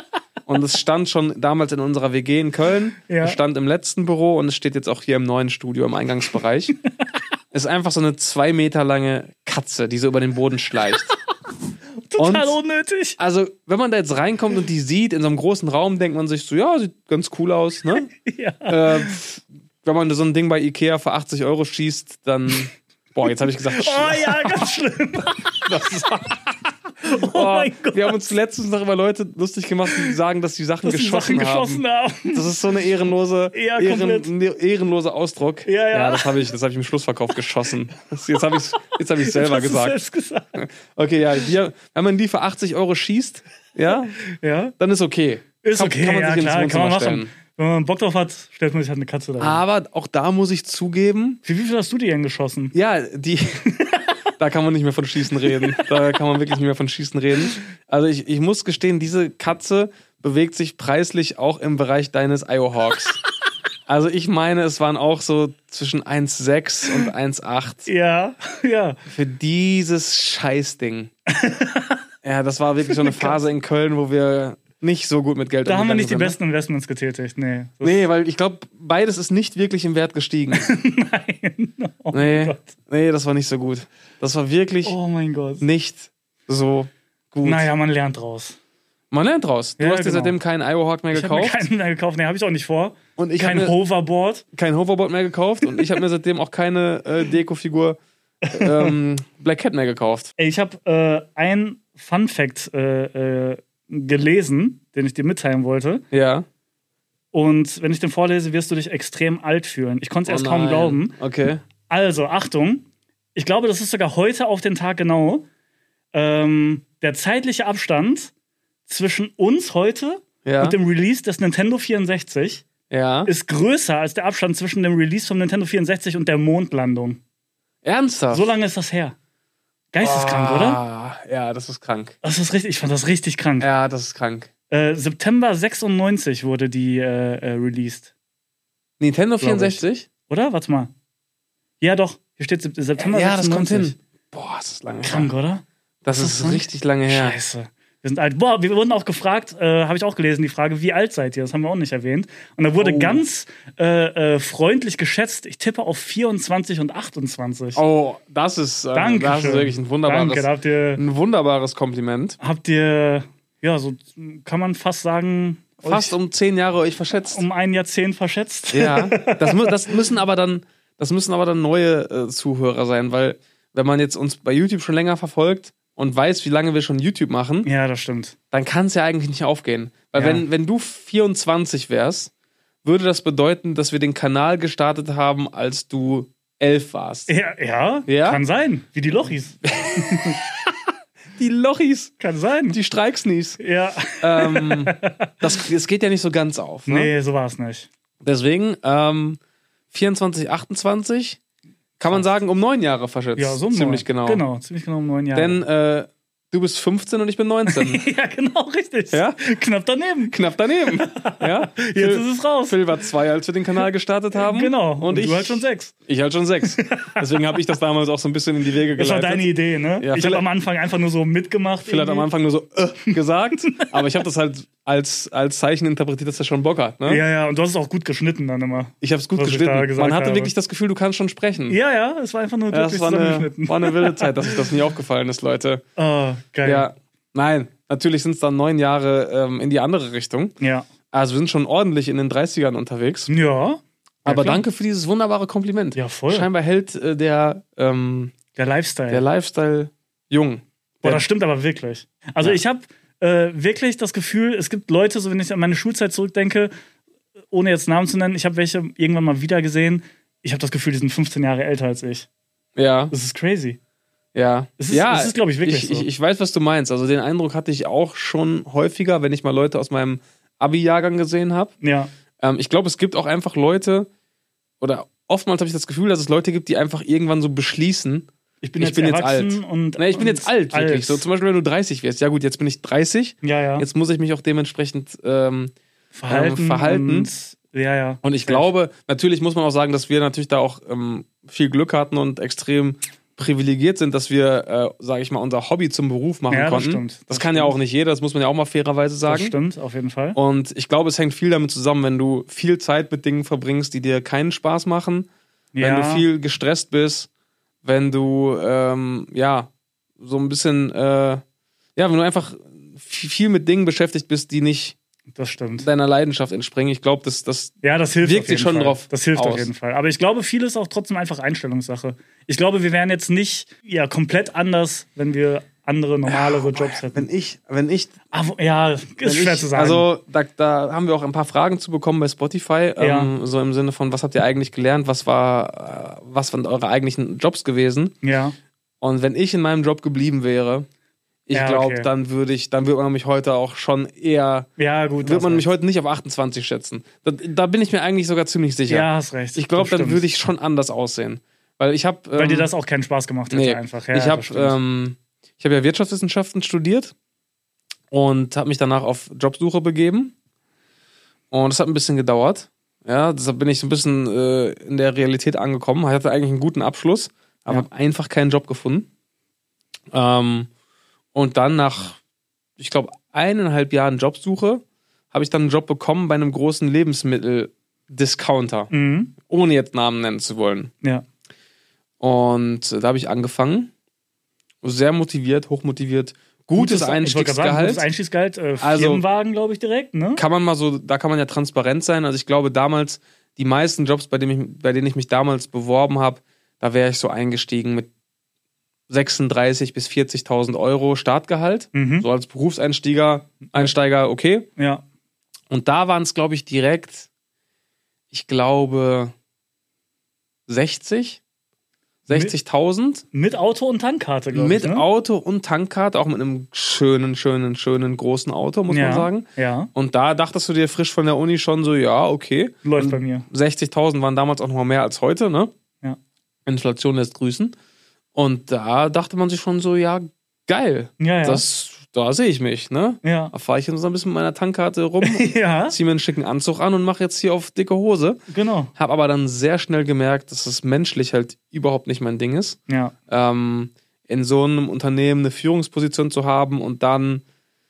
Und es stand schon damals in unserer W G in Köln. Ja. Es stand im letzten Büro und es steht jetzt auch hier im neuen Studio im Eingangsbereich. Es ist einfach so eine zwei Meter lange Katze, die so über den Boden schleicht. Total und, unnötig. Also, wenn man da jetzt reinkommt und die sieht, in so einem großen Raum, denkt man sich so, ja, sieht ganz cool aus, ne? Ja. Äh, wenn man so ein Ding bei Ikea für achtzig Euro schießt, dann... Boah, jetzt habe ich gesagt... Oh ja, ganz schlimm. Das ist, Oh oh, mein Gott. wir haben uns letztens noch über Leute lustig gemacht, die sagen, dass die Sachen, Dass die geschossen, Sachen geschossen haben. haben. Das ist so eine ehrenlose, Ja, ehren, komplett. ehrenloser Ausdruck. Ja, ja. das habe ich, das hab ich im Schlussverkauf geschossen. Das, jetzt habe ich es hab selber Hast du gesagt. selbst gesagt. Okay, ja, die, wenn man die für achtzig Euro schießt, ja, Ja. dann ist okay. Ist kann, okay, kann man ja sich ins klar, kann man Wohnzimmer machen. stellen. Wenn man Bock drauf hat, stellt man sich halt eine Katze da. Aber auch da muss ich zugeben, Für wie viel hast du die denn geschossen? ja, die... Da kann man nicht mehr von Schießen reden. Da kann man wirklich nicht mehr von Schießen reden. Also ich, ich muss gestehen, diese Katze bewegt sich preislich auch im Bereich deines Iohawks. Also ich meine, es waren auch so zwischen eins Komma sechs und eins Komma acht Ja, ja. für dieses Scheißding. Ja, das war wirklich so eine Phase in Köln, wo wir nicht so gut mit Geld Da haben wir umgegangen nicht die sind, besten Investments getätigt. Nee. Ne? Das- Nee, weil ich glaube, beides ist nicht wirklich im Wert gestiegen. Nein. Oh Nee, mein Gott. nee, das war nicht so gut. Das war wirklich Oh mein Gott. nicht so gut. Naja, man lernt draus. Man lernt draus. Du Ja, hast dir genau. seitdem keinen Iohawk mehr Ich habe mir gekauft, keinen mehr gekauft. Nee, habe ich auch nicht vor. und ich Kein habe mir Hoverboard. kein Hoverboard mehr gekauft und ich habe mir seitdem auch keine äh, Deko-Figur ähm, Black Cat mehr gekauft. Ey, ich habe äh, ein Fun-Fact äh, äh, gelesen, den ich dir mitteilen wollte. Ja. Und wenn ich den vorlese, wirst du dich extrem alt fühlen. Ich konnte es Oh erst kaum nein. glauben. Okay. Also, Achtung. Ich glaube, das ist sogar heute auf den Tag genau. Ähm, der zeitliche Abstand zwischen uns heute Ja. und dem Release des Nintendo vierundsechzig Ja. ist größer als der Abstand zwischen dem Release vom Nintendo vierundsechzig und der Mondlandung. Ernsthaft? So lange ist das her. Geisteskrank, Ah, oder? Ja, das ist krank. Das ist richtig, ich fand das richtig krank. Ja, das ist krank. Äh, September sechsundneunzig wurde die äh, äh, released. Nintendo Glaub ich. vierundsechzig? Oder? Warte mal. Ja, doch. Hier steht Sep- September Ja, das kommt sechsundneunzig. hin. Boah, das ist lange Krank, her. oder? Das Ist ist das krank? richtig lange her. Scheiße. Wir sind alt. Boah, wir wurden auch gefragt, äh, habe ich auch gelesen, die Frage, wie alt seid ihr? Das haben wir auch nicht erwähnt. Und da wurde Oh. ganz äh, äh, freundlich geschätzt, ich tippe auf vierundzwanzig und achtundzwanzig. Oh, das ist, äh, Danke. das ist wirklich ein wunderbares, Danke, da habt ihr, ein wunderbares Kompliment. habt ihr, ja, so kann man fast sagen, Fast euch um zehn Jahre euch verschätzt. um ein Jahrzehnt verschätzt. Ja, das, mu das müssen aber dann, das müssen aber dann neue äh, Zuhörer sein, weil wenn man jetzt uns bei YouTube schon länger verfolgt und weiß, wie lange wir schon YouTube machen, Ja, das stimmt. dann kann es ja eigentlich nicht aufgehen. Weil Ja. wenn, wenn du vierundzwanzig wärst, würde das bedeuten, dass wir den Kanal gestartet haben, als du elf warst. Ja, ja, Ja? kann sein. Wie die Lochis. Die Lochis, Kann sein. die Streiksnies. Ja. ähm, das, das geht ja nicht so ganz auf. Ne? Nee, so war es nicht. Deswegen, ähm, vierundzwanzig, achtundzwanzig, kann man sagen, um neun Jahre verschätzt. Ja, so um Ziemlich neun. genau. Genau, ziemlich genau um neun Jahre. Denn äh, du bist fünfzehn und ich bin neunzehn. ja, genau, richtig. Ja? Knapp daneben. Knapp daneben. Ja? Jetzt Phil, ist es raus. Phil war zwei, als wir den Kanal gestartet haben. Genau. Und, ich du halt schon sechs. Ich halt schon sechs. Deswegen habe ich das damals auch so ein bisschen in die Wege Das war geleitet. deine Idee, ne? Ja, ich Phil- habe am Anfang einfach nur so mitgemacht. Phil hat am irgendwie. Anfang nur so äh, gesagt, aber ich habe das halt als, als Zeichen interpretiert, dass er schon Bock hat. Ne? Ja, ja, und du hast es auch gut geschnitten dann immer. Ich habe es gut Was ich da geschnitten. gesagt Man hatte habe. wirklich das Gefühl, du kannst schon sprechen. Ja, ja, es war einfach nur Ja, glücklich das war eine, zusammengeschnitten. war eine wilde Zeit, dass euch das nie aufgefallen ist, Leute. Oh, geil. Ja, nein, natürlich sind es dann neun Jahre ähm, in die andere Richtung. Ja. Also wir sind schon ordentlich in den dreißigern unterwegs. Ja. Aber klar. danke für dieses wunderbare Kompliment. Ja, voll. Scheinbar hält äh, der, ähm, Der Lifestyle. der Lifestyle jung. Boah, Der- das stimmt aber wirklich. Also Ja. ich habe äh, wirklich das Gefühl, es gibt Leute, so wenn ich an meine Schulzeit zurückdenke, ohne jetzt Namen zu nennen, ich habe welche irgendwann mal wieder gesehen. Ich habe das Gefühl, die sind fünfzehn Jahre älter als ich. Ja, Das ist crazy. ja. Es ist- ja, es ist, glaub ich, wirklich ich, so. ich, ich weiß, was du meinst. Also den Eindruck hatte ich auch schon häufiger, wenn ich mal Leute aus meinem Abi-Jahrgang gesehen habe. Ja. Ähm, ich glaube, es gibt auch einfach Leute, oder oftmals habe ich das Gefühl, dass es Leute gibt, die einfach irgendwann so beschließen, Ich bin Ich jetzt bin jetzt erwachsen alt. und. nee, ich bin und jetzt alt, wirklich. So, zum Beispiel, wenn du dreißig wirst. Ja gut, jetzt bin ich dreißig. Ja, ja. Jetzt muss ich mich auch dementsprechend ähm, verhalten. ähm, verhalten. Und, ja, ja. Und ich glaube, natürlich muss man auch sagen, dass wir natürlich da auch ähm, viel Glück hatten und extrem privilegiert sind, dass wir, äh, sage ich mal, unser Hobby zum Beruf machen Ja, das konnten. stimmt. Das, Das kann stimmt. ja auch nicht jeder, das muss man ja auch mal fairerweise sagen. Das stimmt, auf jeden Fall. Und ich glaube, es hängt viel damit zusammen, wenn du viel Zeit mit Dingen verbringst, die dir keinen Spaß machen, Ja. wenn du viel gestresst bist, wenn du, ähm, ja, so ein bisschen, äh, ja, wenn du einfach viel mit Dingen beschäftigt bist, die nicht Das stimmt. deiner Leidenschaft entspringen. Ich glaube, das, das Ja, das hilft wirkt auf jeden sich schon Fall. drauf Das hilft aus. auf jeden Fall. Aber ich glaube, viel ist auch trotzdem einfach Einstellungssache. Ich glaube, wir wären jetzt nicht ja, komplett anders, wenn wir andere, normalere Jobs hätten. Wenn ich, wenn ich, Ah, wo- ja, ist wenn schwer ich zu sagen. Also, da, da haben wir auch ein paar Fragen zu bekommen bei Spotify. Ja. Ähm, so im Sinne von, was habt ihr eigentlich gelernt? Was war, äh, was waren eure eigentlichen Jobs gewesen? ja. Und wenn ich in meinem Job geblieben wäre, ich Ja, glaube, okay. dann würde ich, dann würde man mich heute auch schon eher, Ja, gut. würde hast man mich recht. heute nicht auf achtundzwanzig schätzen. Da, da bin ich mir eigentlich sogar ziemlich sicher. Ja, hast recht. Ich glaube, Das dann stimmt. würde ich schon anders aussehen. Weil ich habe. Weil ähm, dir das auch keinen Spaß gemacht hätte, nee, einfach. Ja, ich das habe stimmt. ähm, ich habe ja Wirtschaftswissenschaften studiert und habe mich danach auf Jobsuche begeben. Und es hat ein bisschen gedauert. Ja, deshalb bin ich so ein bisschen äh, in der Realität angekommen. Ich hatte eigentlich einen guten Abschluss, aber Ja. habe einfach keinen Job gefunden. Ähm, und dann nach, ich glaube, eineinhalb Jahren Jobsuche habe ich dann einen Job bekommen bei einem großen Lebensmittel-Discounter, Mhm. ohne jetzt Namen nennen zu wollen. Ja. Und äh, da habe ich angefangen. Sehr motiviert, hochmotiviert. Gutes, Ich wollte gerade sagen, Einstiegsgehalt. Gutes Einstiegsgehalt. Äh, Also- Firmenwagen, glaube ich, direkt, ne? Kann man mal so, da kann man ja transparent sein. Also ich glaube damals, die meisten Jobs, bei denen ich, bei denen ich mich damals beworben habe, da wäre ich so eingestiegen mit sechsunddreißig bis vierzigtausend Euro Startgehalt. Mhm. So als Berufseinsteiger, Einsteiger, okay. Ja. Und da waren es, glaube ich, direkt, ich glaube, sechzig, sechzigtausend. Mit Auto und Tankkarte, glaube ich. Mit ne? Auto und Tankkarte, auch mit einem schönen, schönen, schönen großen Auto, muss ja. man sagen. Ja, Und da dachtest du dir frisch von der Uni schon so, ja, okay. läuft und bei mir. sechzigtausend waren damals auch noch mal mehr als heute, ne? Ja. Inflation lässt grüßen. Und da dachte man sich schon so, ja, geil. Ja, ja. Das, da sehe ich mich, ne? ja. Da fahre ich jetzt so ein bisschen mit meiner Tankkarte rum, ja, ziehe mir einen schicken Anzug an und mache jetzt hier auf dicke Hose. genau. Hab aber dann sehr schnell gemerkt, dass es menschlich halt überhaupt nicht mein Ding ist. Ja. Ähm, in so einem Unternehmen eine Führungsposition zu haben und dann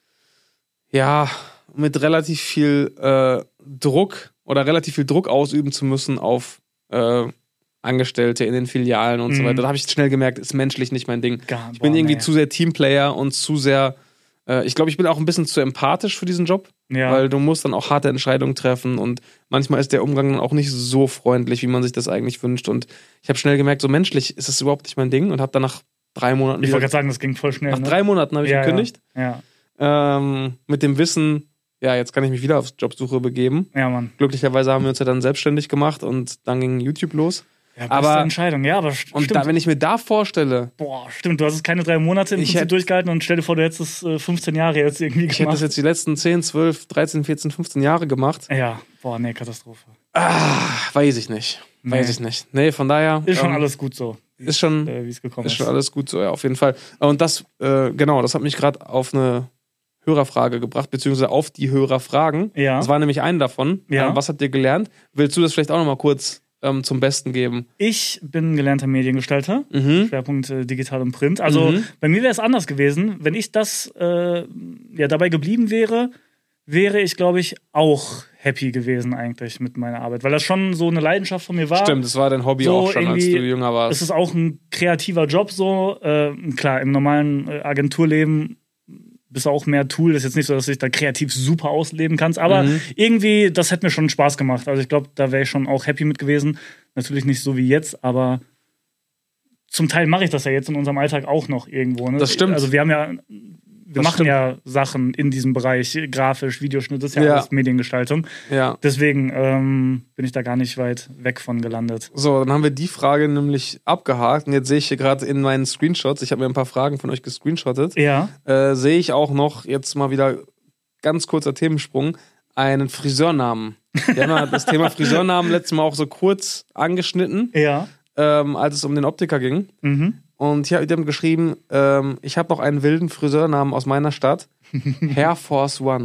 ja mit relativ viel äh, Druck oder relativ viel Druck ausüben zu müssen auf äh, Angestellte in den Filialen und so Mhm. weiter. Da habe ich schnell gemerkt, ist menschlich nicht mein Ding. Gar, Ich bin boah, irgendwie nee. zu sehr Teamplayer und zu sehr, äh, ich glaube, ich bin auch ein bisschen zu empathisch für diesen Job, Ja. weil du musst dann auch harte Entscheidungen treffen und manchmal ist der Umgang dann auch nicht so freundlich, wie man sich das eigentlich wünscht. Und ich habe schnell gemerkt, so menschlich ist es überhaupt nicht mein Ding und habe dann nach drei Monaten Ich wieder, wollte gerade sagen, das ging voll schnell. nach ne? drei Monaten habe ich ja, gekündigt. Ja. Ähm, mit dem Wissen, ja, jetzt kann ich mich wieder auf Jobsuche begeben. ja, ja, Mann. Glücklicherweise haben wir uns ja dann selbstständig gemacht und dann ging YouTube los. Ja, beste Aber- Entscheidung. Ja, aber st- Und stimmt. da, wenn ich mir da vorstelle, Boah, stimmt. Du hast es keine drei Monate im Ich Prinzip hätt- durchgehalten und stell dir vor, du hättest es äh, fünfzehn Jahre jetzt irgendwie ich hätte gemacht. das jetzt die letzten zehn, zwölf, dreizehn, vierzehn, fünfzehn Jahre gemacht, ja, boah, nee, Katastrophe. ah, weiß ich nicht. Weiß Nee. ich nicht. Nee, von daher. Ist schon ähm, alles gut so, Ist schon, äh, wie es gekommen ist ist. schon alles gut so, ja, auf jeden Fall. Und das, äh, genau, das hat mich gerade auf eine Hörerfrage gebracht, beziehungsweise auf die Hörerfragen. Ja. Das war nämlich eine davon. Ja. Äh, was habt ihr gelernt? Willst du das vielleicht auch nochmal kurz ähm, zum Besten geben? Ich bin gelernter Mediengestalter, Mhm. Schwerpunkt äh, Digital und Print. Also Mhm. bei mir wäre es anders gewesen. Wenn ich das äh, ja dabei geblieben wäre, wäre ich, glaube ich, auch happy gewesen eigentlich mit meiner Arbeit, weil das schon so eine Leidenschaft von mir war. Stimmt, das war dein Hobby So auch schon, als du irgendwie- jünger warst. Es ist auch ein kreativer Job so. Äh, klar, im normalen äh, Agenturleben bist du auch mehr Tool. Das ist jetzt nicht so, dass du dich da kreativ super ausleben kannst. Aber Mhm. irgendwie, das hätte mir schon Spaß gemacht. Also ich glaube, da wäre ich schon auch happy mit gewesen. Natürlich nicht so wie jetzt, aber zum Teil mache ich das ja jetzt in unserem Alltag auch noch irgendwo. Ne? Das stimmt. Also wir haben ja, wir Das machen stimmt. ja Sachen in diesem Bereich, grafisch, Videoschnitt, das ist ja, Ja. alles Mediengestaltung. Ja. Deswegen ähm, bin ich da gar nicht weit weg von gelandet. So, dann haben wir die Frage nämlich abgehakt. Und jetzt sehe ich hier gerade in meinen Screenshots, ich habe mir ein paar Fragen von euch gescreenshottet, Ja, äh, sehe ich auch noch, jetzt mal wieder ganz kurzer Themensprung, einen Friseurnamen. Wir haben ja das Thema Friseurnamen letztes Mal auch so kurz angeschnitten, ja. ähm, als es um den Optiker ging. Mhm. Und hier, die haben geschrieben, ähm, ich habe noch einen wilden Friseurnamen aus meiner Stadt, Air Force One.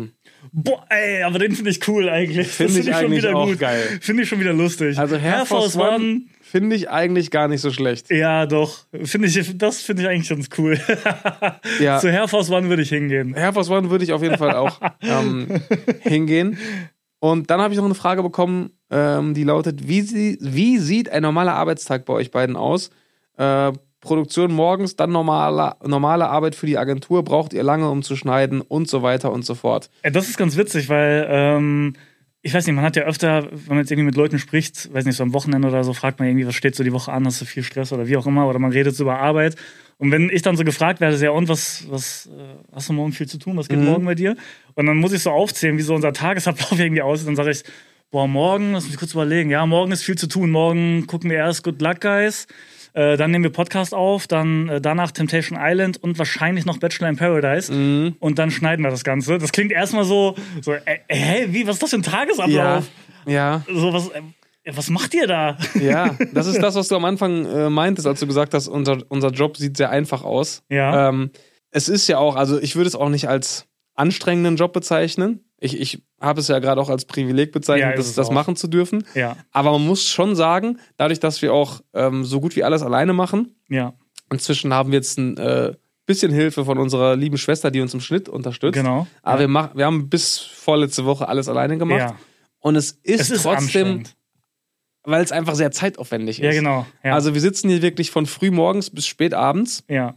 Boah, ey, aber den finde ich cool eigentlich. Finde ich, find ich schon eigentlich wieder auch gut. geil. Finde ich schon wieder lustig. Also Air Force One finde ich eigentlich gar nicht so schlecht. Ja, doch. Finde ich, das finde ich eigentlich ganz cool. Ja. Zu Air Force One würde ich hingehen. Air Force One würde ich auf jeden Fall auch ähm, hingehen. Und dann habe ich noch eine Frage bekommen, ähm, die lautet, wie, sie, wie sieht ein normaler Arbeitstag bei euch beiden aus? Äh, Produktion morgens, dann normale, normale Arbeit für die Agentur, braucht ihr lange, um zu schneiden und so weiter und so fort. Ja, das ist ganz witzig, weil ähm, ich weiß nicht, man hat ja öfter, wenn man jetzt irgendwie mit Leuten spricht, weiß nicht, so am Wochenende oder so, fragt man irgendwie, was steht so die Woche an, hast du viel Stress oder wie auch immer, oder man redet so über Arbeit. Und wenn ich dann so gefragt werde, so, ja, und was, was äh, hast du morgen viel zu tun, was geht Mhm. morgen bei dir? Und dann muss ich so aufzählen, wie so unser Tagesablauf irgendwie aussieht. Dann sage ich, boah, morgen, lass mich kurz überlegen, ja, morgen ist viel zu tun, morgen gucken wir erst Good Luck Guys, äh, dann nehmen wir Podcast auf, dann äh, danach Temptation Island und wahrscheinlich noch Bachelor in Paradise Mhm. und dann schneiden wir das Ganze. Das klingt erstmal so, so äh, hä, wie, was ist das für ein Tagesablauf? Ja, So, was, äh, was macht ihr da? ja, das ist das, was du am Anfang äh, meintest, als du gesagt hast, unser, unser Job sieht sehr einfach aus. Ja. Ähm, es ist ja auch, also ich würde es auch nicht als anstrengenden Job bezeichnen. Ich, ich habe es ja gerade auch als Privileg bezeichnet, Ja, ist das, es das auch. machen zu dürfen. Ja, Aber man muss schon sagen, dadurch, dass wir auch ähm, so gut wie alles alleine machen, ja, inzwischen haben wir jetzt ein äh, bisschen Hilfe von unserer lieben Schwester, die uns im Schnitt unterstützt. genau. Aber ja. wir, mach, wir haben bis vorletzte Woche alles alleine gemacht. Ja. Und es ist, Es ist trotzdem, anstrengend. weil es einfach sehr zeitaufwendig ist. Ja, genau. Ja. Also wir sitzen hier wirklich von früh morgens bis spät abends. ja.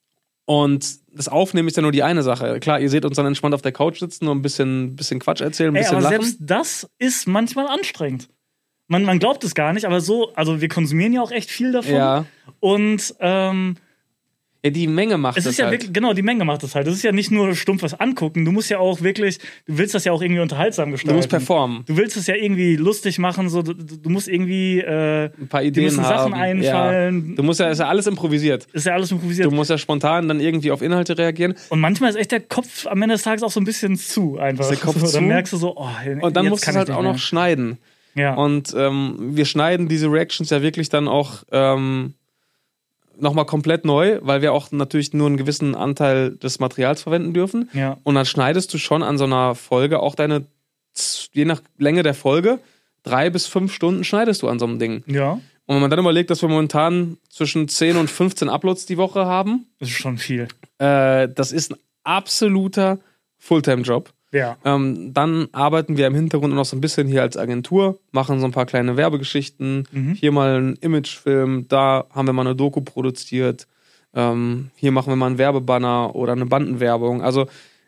Und das Aufnehmen ist ja nur die eine Sache. Klar, ihr seht uns dann entspannt auf der Couch sitzen und ein bisschen, bisschen Quatsch erzählen, ein Ey, bisschen aber lachen. selbst das ist manchmal anstrengend. Man, man glaubt es gar nicht, aber so, also wir konsumieren ja auch echt viel davon. Ja. Und ähm, Ja, die Menge macht es das ist ja halt. wirklich, genau, die Menge macht das halt. Das ist ja nicht nur stumpf was angucken. Du musst ja auch wirklich, du willst das ja auch irgendwie unterhaltsam Du gestalten. musst performen. Du willst es ja irgendwie lustig machen, so, du, du musst irgendwie, äh, Ein paar dir Ideen müssen haben. Sachen einfallen. Ja. Du musst ja, ist ja alles improvisiert. Ist ja alles improvisiert. Du musst ja spontan dann irgendwie auf Inhalte reagieren. Und manchmal ist echt der Kopf am Ende des Tages auch so ein bisschen zu einfach. Ist der Kopf so, zu? Dann merkst du so, oh, Und dann jetzt musst du kann es halt ich auch nicht noch mehr. schneiden. Ja. Und ähm, wir schneiden diese Reactions ja wirklich dann auch ähm, nochmal komplett neu, weil wir auch natürlich nur einen gewissen Anteil des Materials verwenden dürfen. ja. Und dann schneidest du schon an so einer Folge auch deine, je nach Länge der Folge, drei bis fünf Stunden schneidest du an so einem Ding. Ja. Und wenn man dann überlegt, dass wir momentan zwischen zehn und fünfzehn Uploads die Woche haben, Das ist schon viel. äh, das ist ein absoluter Fulltime-Job. Ja. Ähm, dann arbeiten wir im Hintergrund noch so ein bisschen hier als Agentur, machen so ein paar kleine Werbegeschichten, Mhm. hier mal einen Imagefilm, da haben wir mal eine Doku produziert, ähm, hier machen wir mal einen Werbebanner oder eine Bandenwerbung. Also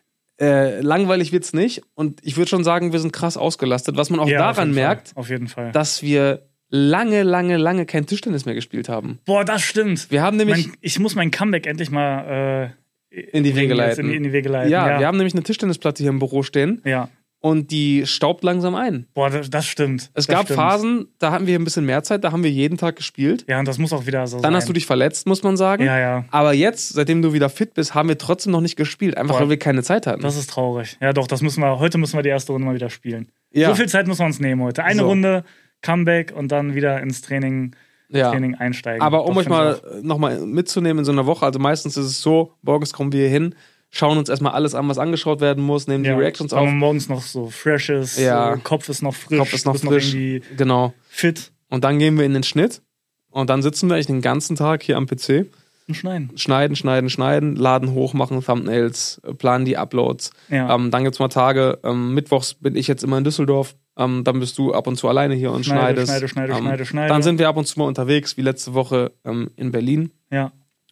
äh, langweilig wird's nicht und ich würde schon sagen, wir sind krass ausgelastet, was man auch ja, auf daran jeden merkt, Fall. Auf jeden Fall. dass wir lange, lange, lange kein Tischtennis mehr gespielt haben. Boah, das stimmt. Wir haben nämlich Mein, ich muss mein Comeback endlich mal äh, in die Wege jetzt leiten. In die, in die Wege leiten. ja, Ja, wir haben nämlich eine Tischtennisplatte hier im Büro stehen ja. und die staubt langsam ein. Boah, das, das stimmt. Es das gab stimmt. Phasen, da hatten wir ein bisschen mehr Zeit, da haben wir jeden Tag gespielt. Ja, und das muss auch wieder so sein. Dann hast du dich verletzt, muss man sagen. Ja, ja. Aber jetzt, seitdem du wieder fit bist, haben wir trotzdem noch nicht gespielt. Einfach, Boah. weil wir keine Zeit hatten. Das ist traurig. Ja, doch, das müssen wir. Heute müssen wir die erste Runde mal wieder spielen. Ja. So viel Zeit müssen wir uns nehmen heute. Eine So. Runde, Comeback und dann wieder ins Training, ja. Training einsteigen. Aber um Doch, euch find mal ich auch. nochmal mitzunehmen in so einer Woche, also meistens ist es so, morgens kommen wir hier hin, schauen uns erstmal alles an, was angeschaut werden muss, nehmen Ja, die Reactions weil auf. man morgens noch so fresh ist, Ja. so, Kopf ist noch frisch, Kopf ist noch bist frisch. noch irgendwie Genau. fit Und dann gehen wir in den Schnitt und dann sitzen wir eigentlich den ganzen Tag hier am P C, und schneiden. schneiden, schneiden, schneiden, laden hoch, machen Thumbnails, äh, planen die Uploads. Ja. Ähm, dann gibt's mal Tage, ähm, mittwochs bin ich jetzt immer in Düsseldorf, ähm, dann bist du ab und zu alleine hier und Schneide, schneidest. schneide, schneide, ähm, schneide, schneide. Dann sind wir ab und zu mal unterwegs, wie letzte Woche ähm, in Berlin. Ja.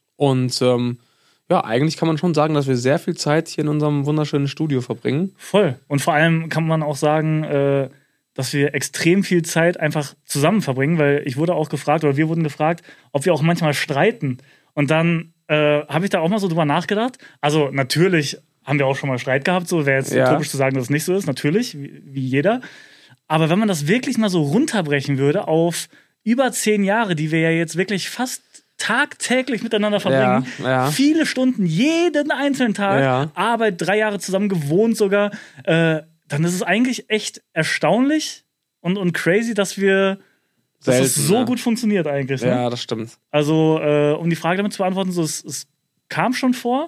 Und ähm, ja, eigentlich kann man schon sagen, dass wir sehr viel Zeit hier in unserem wunderschönen Studio verbringen. Voll. Und vor allem kann man auch sagen, äh, dass wir extrem viel Zeit einfach zusammen verbringen, weil ich wurde auch gefragt, oder wir wurden gefragt, ob wir auch manchmal streiten. Und dann äh, habe ich da auch mal so drüber nachgedacht. Also natürlich haben wir auch schon mal Streit gehabt, so wäre jetzt Ja. utopisch zu sagen, dass es nicht so ist, natürlich, wie, wie jeder. Aber wenn man das wirklich mal so runterbrechen würde auf über zehn Jahre, die wir ja jetzt wirklich fast tagtäglich miteinander verbringen, Ja, ja. viele Stunden, jeden einzelnen Tag, Ja. Arbeit, drei Jahre zusammen gewohnt sogar, äh, dann ist es eigentlich echt erstaunlich und, und crazy, dass wir dass es Selten, so ne? gut funktioniert eigentlich. Ne? Ja, das stimmt. Also, äh, um die Frage damit zu beantworten, so, es, es kam schon vor.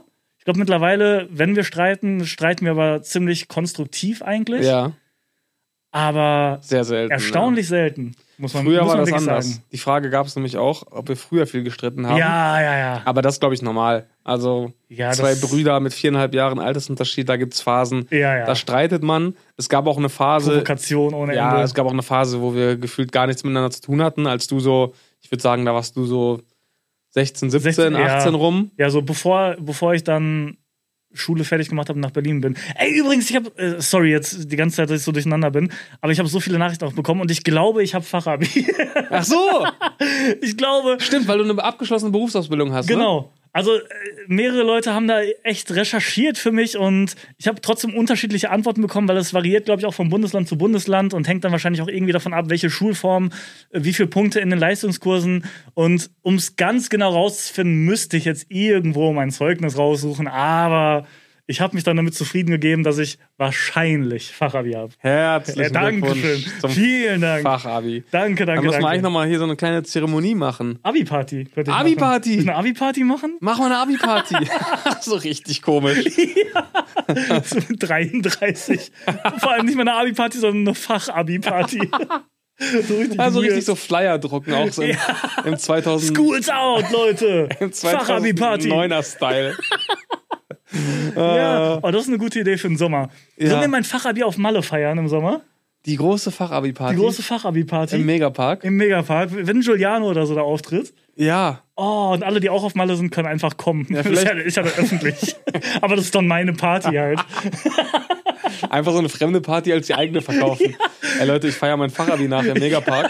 Ich glaube mittlerweile, wenn wir streiten, streiten wir aber ziemlich konstruktiv eigentlich. Ja. Aber sehr selten. Erstaunlich ja. selten. Muss man, früher muss war man das anders. Sagen. Die Frage gab es nämlich auch, ob wir früher viel gestritten haben. Ja, ja, ja. Aber das ist, glaube ich, normal. Also ja, zwei Brüder mit viereinhalb Jahren Altersunterschied, da gibt es Phasen. Ja, ja. Da streitet man. Es gab auch eine Phase. Provokation ohne ja, Ende. Ja, es gab auch eine Phase, wo wir gefühlt gar nichts miteinander zu tun hatten, als du so, ich würde sagen, da warst du so sechzehn, siebzehn, sechzehn, achtzehn ja. rum. Ja, so bevor, bevor ich dann Schule fertig gemacht habe und nach Berlin bin. Ey, übrigens, ich habe, äh, sorry jetzt die ganze Zeit, dass ich so durcheinander bin, aber ich habe so viele Nachrichten auch bekommen und ich glaube, ich habe Fachabi. Ach so! Ich glaube. Stimmt, weil du eine abgeschlossene Berufsausbildung hast, Genau. Ne? Also äh, mehrere Leute haben da echt recherchiert für mich und ich habe trotzdem unterschiedliche Antworten bekommen, weil es variiert, glaube ich, auch von Bundesland zu Bundesland und hängt dann wahrscheinlich auch irgendwie davon ab, welche Schulform, äh, wie viele Punkte in den Leistungskursen. Und um es ganz genau rauszufinden, müsste ich jetzt irgendwo mein Zeugnis raussuchen, aber ich habe mich dann damit zufrieden gegeben, dass ich wahrscheinlich Fachabi habe. Herzlichen ja, Glückwunsch zum Vielen Dank. Fachabi. Danke, danke, Dann müssen wir danke. eigentlich nochmal hier so eine kleine Zeremonie machen. Abi-Party. Abi-Party? Soll ich eine Abi-Party machen? Machen wir eine Abi-Party. So richtig komisch. Ja. So mit dreiunddreißig. Vor allem nicht mal eine Abi-Party, sondern eine Fach-Abi-Party. So richtig, also weird. richtig so Flyer drucken, auch so im, ja. im zweitausend School's out, Leute. Im Fach-Abi-Party. neuner Style. Ja, oh, das ist eine gute Idee für den Sommer. Ja. Sollen wir mein Fachabi auf Malle feiern im Sommer? Die große Fachabi-Party. Die große Fachabi-Party. Im Megapark. Im Megapark. Wenn Giuliano oder so da auftritt. Ja. Oh, und alle, die auch auf Malle sind, können einfach kommen. Ja, ist, ja, ist ja öffentlich. Aber das ist dann meine Party halt. Einfach so eine fremde Party als die eigene verkaufen. Ja. Ey Leute, ich feiere mein Fachabi nach im Megapark.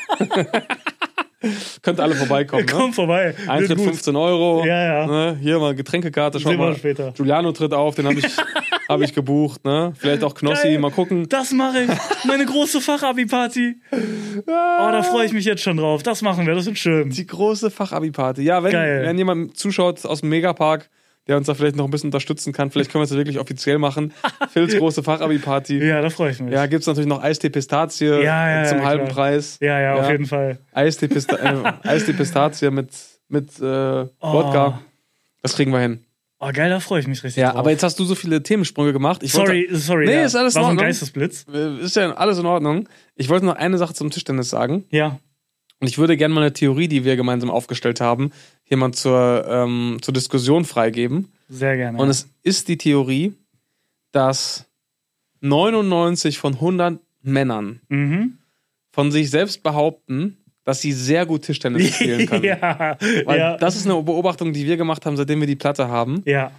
Könnt alle vorbeikommen, ne? Kommt vorbei. Eintritt fünfzehn Euro. Ja, ja. Ne? Hier mal Getränkekarte. Schau Sehen wir mal. später. Giuliano tritt auf, den habe ich, hab ich gebucht. Ne? Vielleicht auch Knossi, Geil. mal gucken. Das mache ich. Meine große Fachabi-Party. Oh, da freue ich mich jetzt schon drauf. Das machen wir, das wird schön. Die große Fachabi-Party. Ja, wenn, wenn jemand zuschaut aus dem Megapark, der uns da vielleicht noch ein bisschen unterstützen kann, vielleicht können wir es ja wirklich offiziell machen. Phils große Fachabi-Party. Ja, da freue ich mich. Ja, gibt es natürlich noch Eistee Pistazie ja, ja, zum ja, halben klar. Preis. Ja, ja, auf ja. jeden Fall. Eistee, Pista äh, Eistee Pistazie mit, mit äh, Wodka. Oh. Das kriegen wir hin. Oh, geil, da freue ich mich richtig Ja, drauf. aber jetzt hast du so viele Themensprünge gemacht. Ich sorry, wollte, sorry. Nee, ja. ist alles War in so ein Ordnung. Geistesblitz. Ist ja alles in Ordnung. Ich wollte noch eine Sache zum Tischtennis sagen. Ja. Und ich würde gerne mal eine Theorie, die wir gemeinsam aufgestellt haben, hier mal zur, ähm, zur Diskussion freigeben. Sehr gerne. Und es ist die Theorie, dass neunundneunzig von hundert Männern mhm. von sich selbst behaupten, dass sie sehr gut Tischtennis spielen können. ja, Weil ja. das ist eine Beobachtung, die wir gemacht haben, seitdem wir die Platte haben. Ja.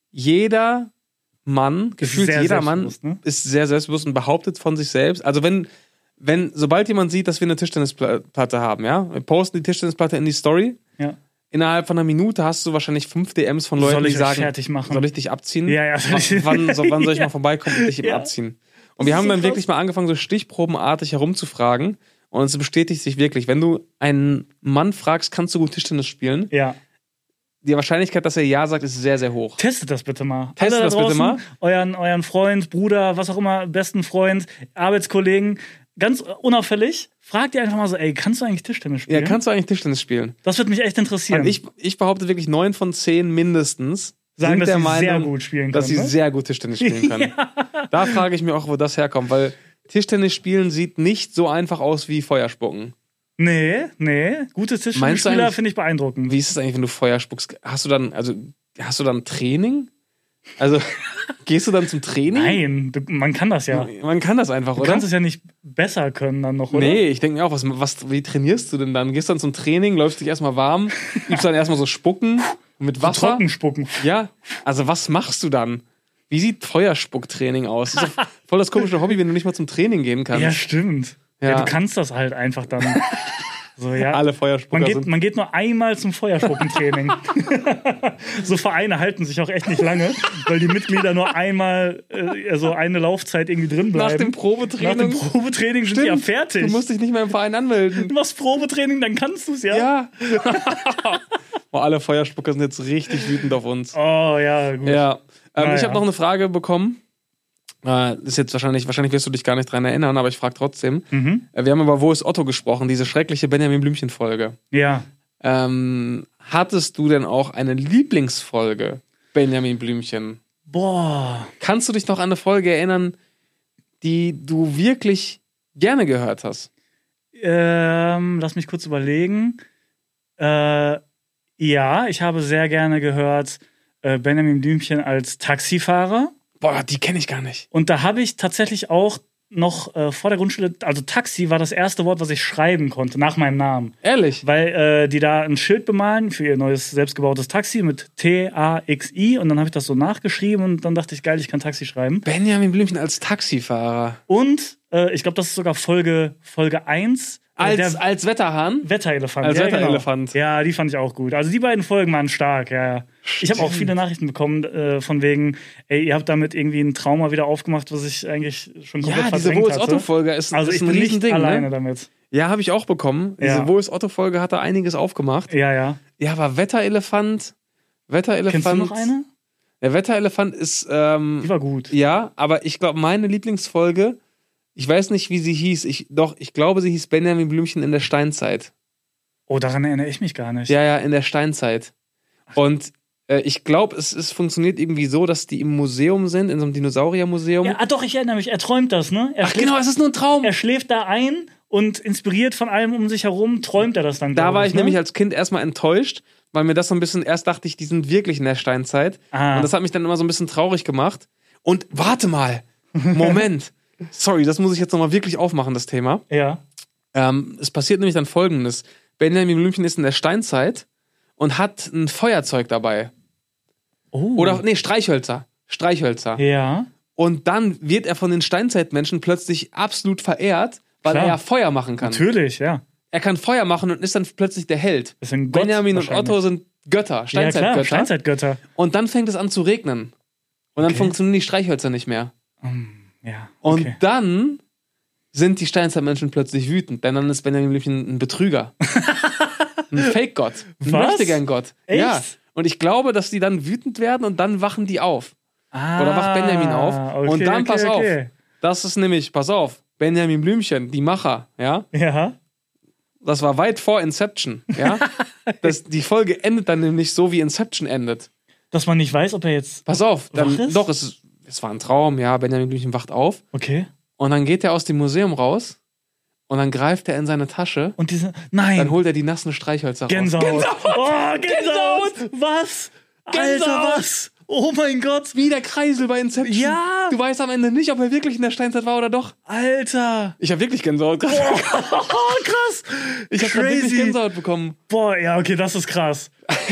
Jeder Mann, gefühlt sehr jeder Mann, ne? ist sehr selbstbewusst und behauptet von sich selbst. Also wenn, wenn, sobald jemand sieht, dass wir eine Tischtennisplatte haben, ja, wir posten die Tischtennisplatte in die Story, ja. innerhalb von einer Minute hast du wahrscheinlich fünf D Ms von Leuten, soll ich die sagen, fertig machen? soll ich dich abziehen? Ja, ja. W wann, so, wann soll ich ja. mal vorbeikommen und dich eben ja. abziehen? Und wir haben so dann krass. wirklich mal angefangen, so stichprobenartig herumzufragen. Und es bestätigt sich wirklich, wenn du einen Mann fragst, kannst du gut Tischtennis spielen? Ja. Die Wahrscheinlichkeit, dass er Ja sagt, ist sehr, sehr hoch. Testet das bitte mal. Testet Alle das da bitte draußen, mal. Euren, euren Freund, Bruder, was auch immer, besten Freund, Arbeitskollegen, ganz unauffällig, fragt ihr einfach mal so, ey, kannst du eigentlich Tischtennis spielen? Ja, kannst du eigentlich Tischtennis spielen? Das würde mich echt interessieren. Und ich, ich behaupte wirklich, neun von zehn mindestens sagen, sind dass der sie Meinung, sehr gut spielen können. dass sie ne? sehr gut Tischtennis spielen können. ja. Da frage ich mich auch, wo das herkommt, weil Tischtennis spielen sieht nicht so einfach aus wie Feuerspucken. Nee, nee. Gute Meinst du Tischtennisspieler eigentlich- finde ich beeindruckend. Wie ist es eigentlich, wenn du Feuer spuckst? Hast du dann, also, hast du dann Training? Also, gehst du dann zum Training? Nein, du, man kann das ja. Man kann das einfach, Du oder? kannst es ja nicht besser können dann noch, oder? Nee, ich denke mir auch, was, was, wie trainierst du denn dann? Gehst dann zum Training, läufst dich erstmal warm, übst dann erstmal so Spucken mit So Wasser. Trockenspucken. Ja, also was machst du dann? Wie sieht Feuerspucktraining aus? Das ist doch voll das komische Hobby, wenn du nicht mal zum Training gehen kannst. Ja, stimmt. Ja. Ja. du kannst das halt einfach dann. So, ja. Alle Feuerspucker Man geht, sind. man geht nur einmal zum Feuerspuckentraining. So Vereine halten sich auch echt nicht lange, weil die Mitglieder nur einmal äh, also eine Laufzeit irgendwie drin bleiben. Nach dem Nach Probetraining. dem Probetraining sind die ja fertig. Du musst dich nicht mehr im Verein anmelden. Du machst Probetraining, dann kannst du es ja. Ja. Oh, alle Feuerspucker sind jetzt richtig wütend auf uns. Oh ja, gut. Ja. Ähm, Naja. Ich habe noch eine Frage bekommen. Äh, ist jetzt wahrscheinlich, wahrscheinlich wirst du dich gar nicht dran erinnern, aber ich frage trotzdem. Mhm. Äh, wir haben über Wo ist Otto gesprochen, diese schreckliche Benjamin Blümchen-Folge. Ja. Ähm, hattest du denn auch eine Lieblingsfolge Benjamin Blümchen. Boah. Kannst du dich noch an eine Folge erinnern, die du wirklich gerne gehört hast? Ähm, lass mich kurz überlegen. Äh, ja, ich habe sehr gerne gehört äh, Benjamin Blümchen als Taxifahrer. Boah, die kenne ich gar nicht. Und da habe ich tatsächlich auch noch äh, vor der Grundschule, also Taxi war das erste Wort, was ich schreiben konnte, nach meinem Namen. Ehrlich? Weil äh, die da ein Schild bemalen für ihr neues selbstgebautes Taxi mit T A X I und dann habe ich das so nachgeschrieben und dann dachte ich, geil, ich kann Taxi schreiben. Benjamin Blümchen als Taxifahrer. Und äh, ich glaube, das ist sogar Folge, Folge eins. Als, der als Wetterhahn? Wetterelefant. Als ja, Wetterelefant. Genau. Ja, die fand ich auch gut. Also die beiden Folgen waren stark, ja. ja. Ich habe auch viele Nachrichten bekommen, äh, von wegen, ey, ihr habt damit irgendwie ein Trauma wieder aufgemacht, was ich eigentlich schon komplett ja, verdrängt diese Wo ist hatte. Otto-Folge ist, also ist ich ein bin nicht Riesending, alleine ne? damit. Ja, habe ich auch bekommen. Ja. Diese Wo ist Otto-Folge hat da einiges aufgemacht. Ja, ja. Ja, aber Wetterelefant, Wetterelefant. Kennst du noch eine? Der Wetterelefant ist, ähm, Die war gut. ja, aber ich glaube, meine Lieblingsfolge, ich weiß nicht, wie sie hieß, ich, doch, ich glaube, sie hieß Benjamin Blümchen in der Steinzeit. Oh, daran erinnere ich mich gar nicht. Ja, ja, in der Steinzeit. Und äh, ich glaube, es, es funktioniert irgendwie so, dass die im Museum sind, in so einem Dinosauriermuseum. Ja, ah, doch, ich erinnere mich. Er träumt das, ne? Er Ach schläft, genau, es ist nur ein Traum. Er schläft da ein und inspiriert von allem um sich herum, träumt er das dann. Da war ich ne? nämlich als Kind erstmal enttäuscht, weil mir das so ein bisschen, erst dachte ich, die sind wirklich in der Steinzeit. Ah. Und das hat mich dann immer so ein bisschen traurig gemacht. Und warte mal, Moment. Sorry, das muss ich jetzt nochmal wirklich aufmachen, das Thema. Ja. Ähm, es passiert nämlich dann Folgendes. Benjamin Blümchen ist in der Steinzeit und hat ein Feuerzeug dabei. Oh. Oder, nee, Streichhölzer. Streichhölzer. Ja. Und dann wird er von den Steinzeitmenschen plötzlich absolut verehrt, weil Klar. er ja Feuer machen kann. Natürlich, ja. Er kann Feuer machen und ist dann plötzlich der Held. Ist ein Gott Benjamin und wahrscheinlich. Otto sind Götter, Ja, Steinzeitgötter. klar, Steinzeitgötter. Und dann fängt es an zu regnen. Und dann Okay. funktionieren die Streichhölzer nicht mehr. Ja. Und Okay. dann sind die Steinzeitmenschen plötzlich wütend, denn dann ist Benjamin Blümchen ein Betrüger. Ein Fake-Gott. Ein Was? richtiger Gott. Echt? Ja. Und ich glaube, dass die dann wütend werden und dann wachen die auf. Ah, Oder wacht Benjamin auf. okay, und dann, okay, pass okay. auf, das ist nämlich, pass auf, Benjamin Blümchen, die Macher, ja, Ja. das war weit vor Inception, ja. das, die Folge endet dann nämlich so, wie Inception endet. Dass man nicht weiß, ob er jetzt. Pass auf, dann, Wach ist? doch, es, ist- es war ein Traum, ja, Benjamin Blümchen wacht auf Okay. und dann geht er aus dem Museum raus und dann greift er in seine Tasche, Und diese. Nein. dann holt er die nassen Streichhölzer raus. Gänsehaut. Oh, Gänsehaut. Was? Alter, Gänsehaut. was? Oh mein Gott. Wie der Kreisel bei Inception. Ja. Du weißt am Ende nicht, ob er wirklich in der Steinzeit war oder doch. Alter. Ich habe wirklich Gänsehaut gerade. Oh, krass. Ich habe wirklich Crazy. Gänsehaut bekommen. Boah, ja, okay, das ist krass.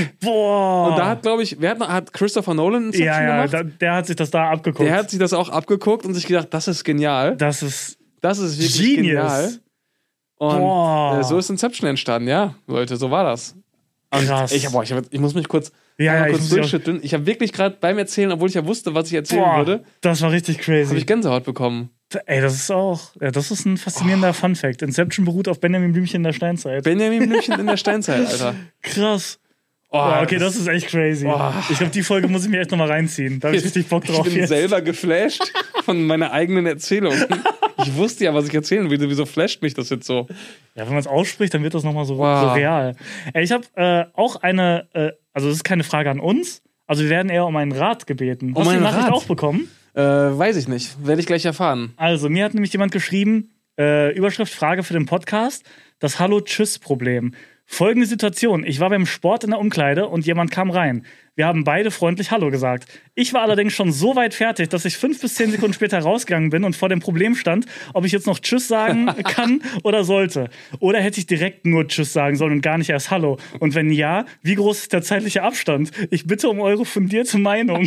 Boah. Und da hat, glaube ich, wer hat, hat Christopher Nolan Inception ja, ja, gemacht? da, der hat sich das da abgeguckt. Der hat sich das auch abgeguckt und sich gedacht, das ist genial. das ist Das ist wirklich Genius. genial. Und Boah. äh, so ist Inception entstanden, ja, Leute, so war das. Und Krass. Ich, boah, ich, hab- ich muss mich kurz, Ja, einmal ja, ich kurz muss mich auch- durchschütteln. Ich habe wirklich gerade beim Erzählen, obwohl ich ja wusste, was ich erzählen Boah, würde, das war richtig crazy. habe ich Gänsehaut bekommen. Ey, das ist auch, ja, das ist ein faszinierender Funfact. Inception beruht auf Benjamin Blümchen in der Steinzeit. Benjamin Blümchen in der Steinzeit, Alter. Krass. Oh, Boah, okay, das ist echt crazy. Boah. Ich glaube, die Folge muss ich mir echt nochmal reinziehen. Da habe ich richtig Bock drauf. Ich bin jetzt. selber geflasht von meiner eigenen Erzählung. Ich wusste ja, was ich erzählen will. Wieso flasht mich das jetzt so? Ja, wenn man es ausspricht, dann wird das nochmal so, Wow. so real. Ey, ich habe äh, auch eine, äh, also das ist keine Frage an uns, also wir werden eher um einen Rat gebeten. Um Hast du die einen Nachricht Rat? auch bekommen? Äh, weiß ich nicht. Werde ich gleich erfahren. Also, mir hat nämlich jemand geschrieben, äh, Überschrift Frage für den Podcast, das Hallo-Tschüss-Problem. Folgende Situation. Ich war beim Sport in der Umkleide und jemand kam rein. Wir haben beide freundlich Hallo gesagt. Ich war allerdings schon so weit fertig, dass ich fünf bis zehn Sekunden später rausgegangen bin und vor dem Problem stand, ob ich jetzt noch Tschüss sagen kann oder sollte. Oder hätte ich direkt nur Tschüss sagen sollen und gar nicht erst Hallo? Und wenn ja, wie groß ist der zeitliche Abstand? Ich bitte um eure fundierte Meinung.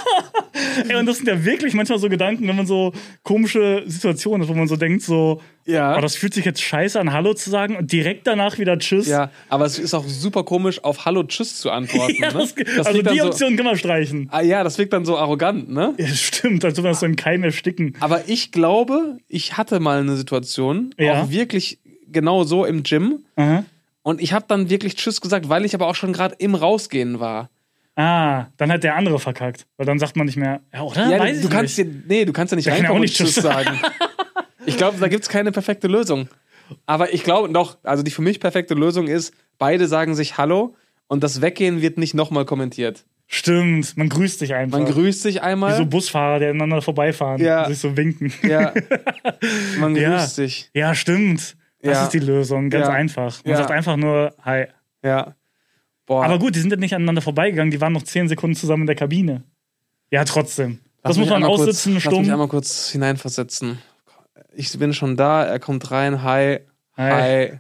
Ey, und das sind ja wirklich manchmal so Gedanken, wenn man so komische Situationen hat, wo man so denkt, so, Ja. oh, das fühlt sich jetzt scheiße an, Hallo zu sagen und direkt danach wieder Tschüss. Ja, aber es ist auch super komisch, auf Hallo, Tschüss zu antworten. Ja, ne? das, Das also wirkt dann die so, Option kann man streichen. ah, ja, das wirkt dann so arrogant, ne? Ja, stimmt, als würde man das so im Keim ersticken. Aber ich glaube, ich hatte mal eine Situation, Ja. auch wirklich genau so im Gym. Aha. Und ich habe dann wirklich Tschüss gesagt, weil ich aber auch schon gerade im Rausgehen war. Ah, dann hat der andere verkackt. Weil dann sagt man nicht mehr, ja, oder? Ja, Weiß du ich kannst nicht. dir, nee, du kannst ja nicht Der kann ja reinkommen auch und nicht Tschüss Tschüss sagen. Ich glaube, da gibt es keine perfekte Lösung. Aber ich glaube doch, also die für mich perfekte Lösung ist, beide sagen sich Hallo und das Weggehen wird nicht nochmal kommentiert. Stimmt, man grüßt sich einfach. Man grüßt sich einmal. Wie so Busfahrer, die aneinander vorbeifahren Ja. und sich so winken. Ja, man grüßt Ja. sich. Ja, stimmt. Das Ja. ist die Lösung, ganz Ja. einfach. Man Ja. sagt einfach nur Hi. Ja. Boah. Aber gut, die sind ja nicht aneinander vorbeigegangen, die waren noch zehn Sekunden zusammen in der Kabine. Ja, trotzdem. Lass Das muss mich man einmal kurz- aussitzen, Lass mich stumm. einmal kurz hineinversetzen. Ich bin schon da, er kommt rein, hi, hi. Hi.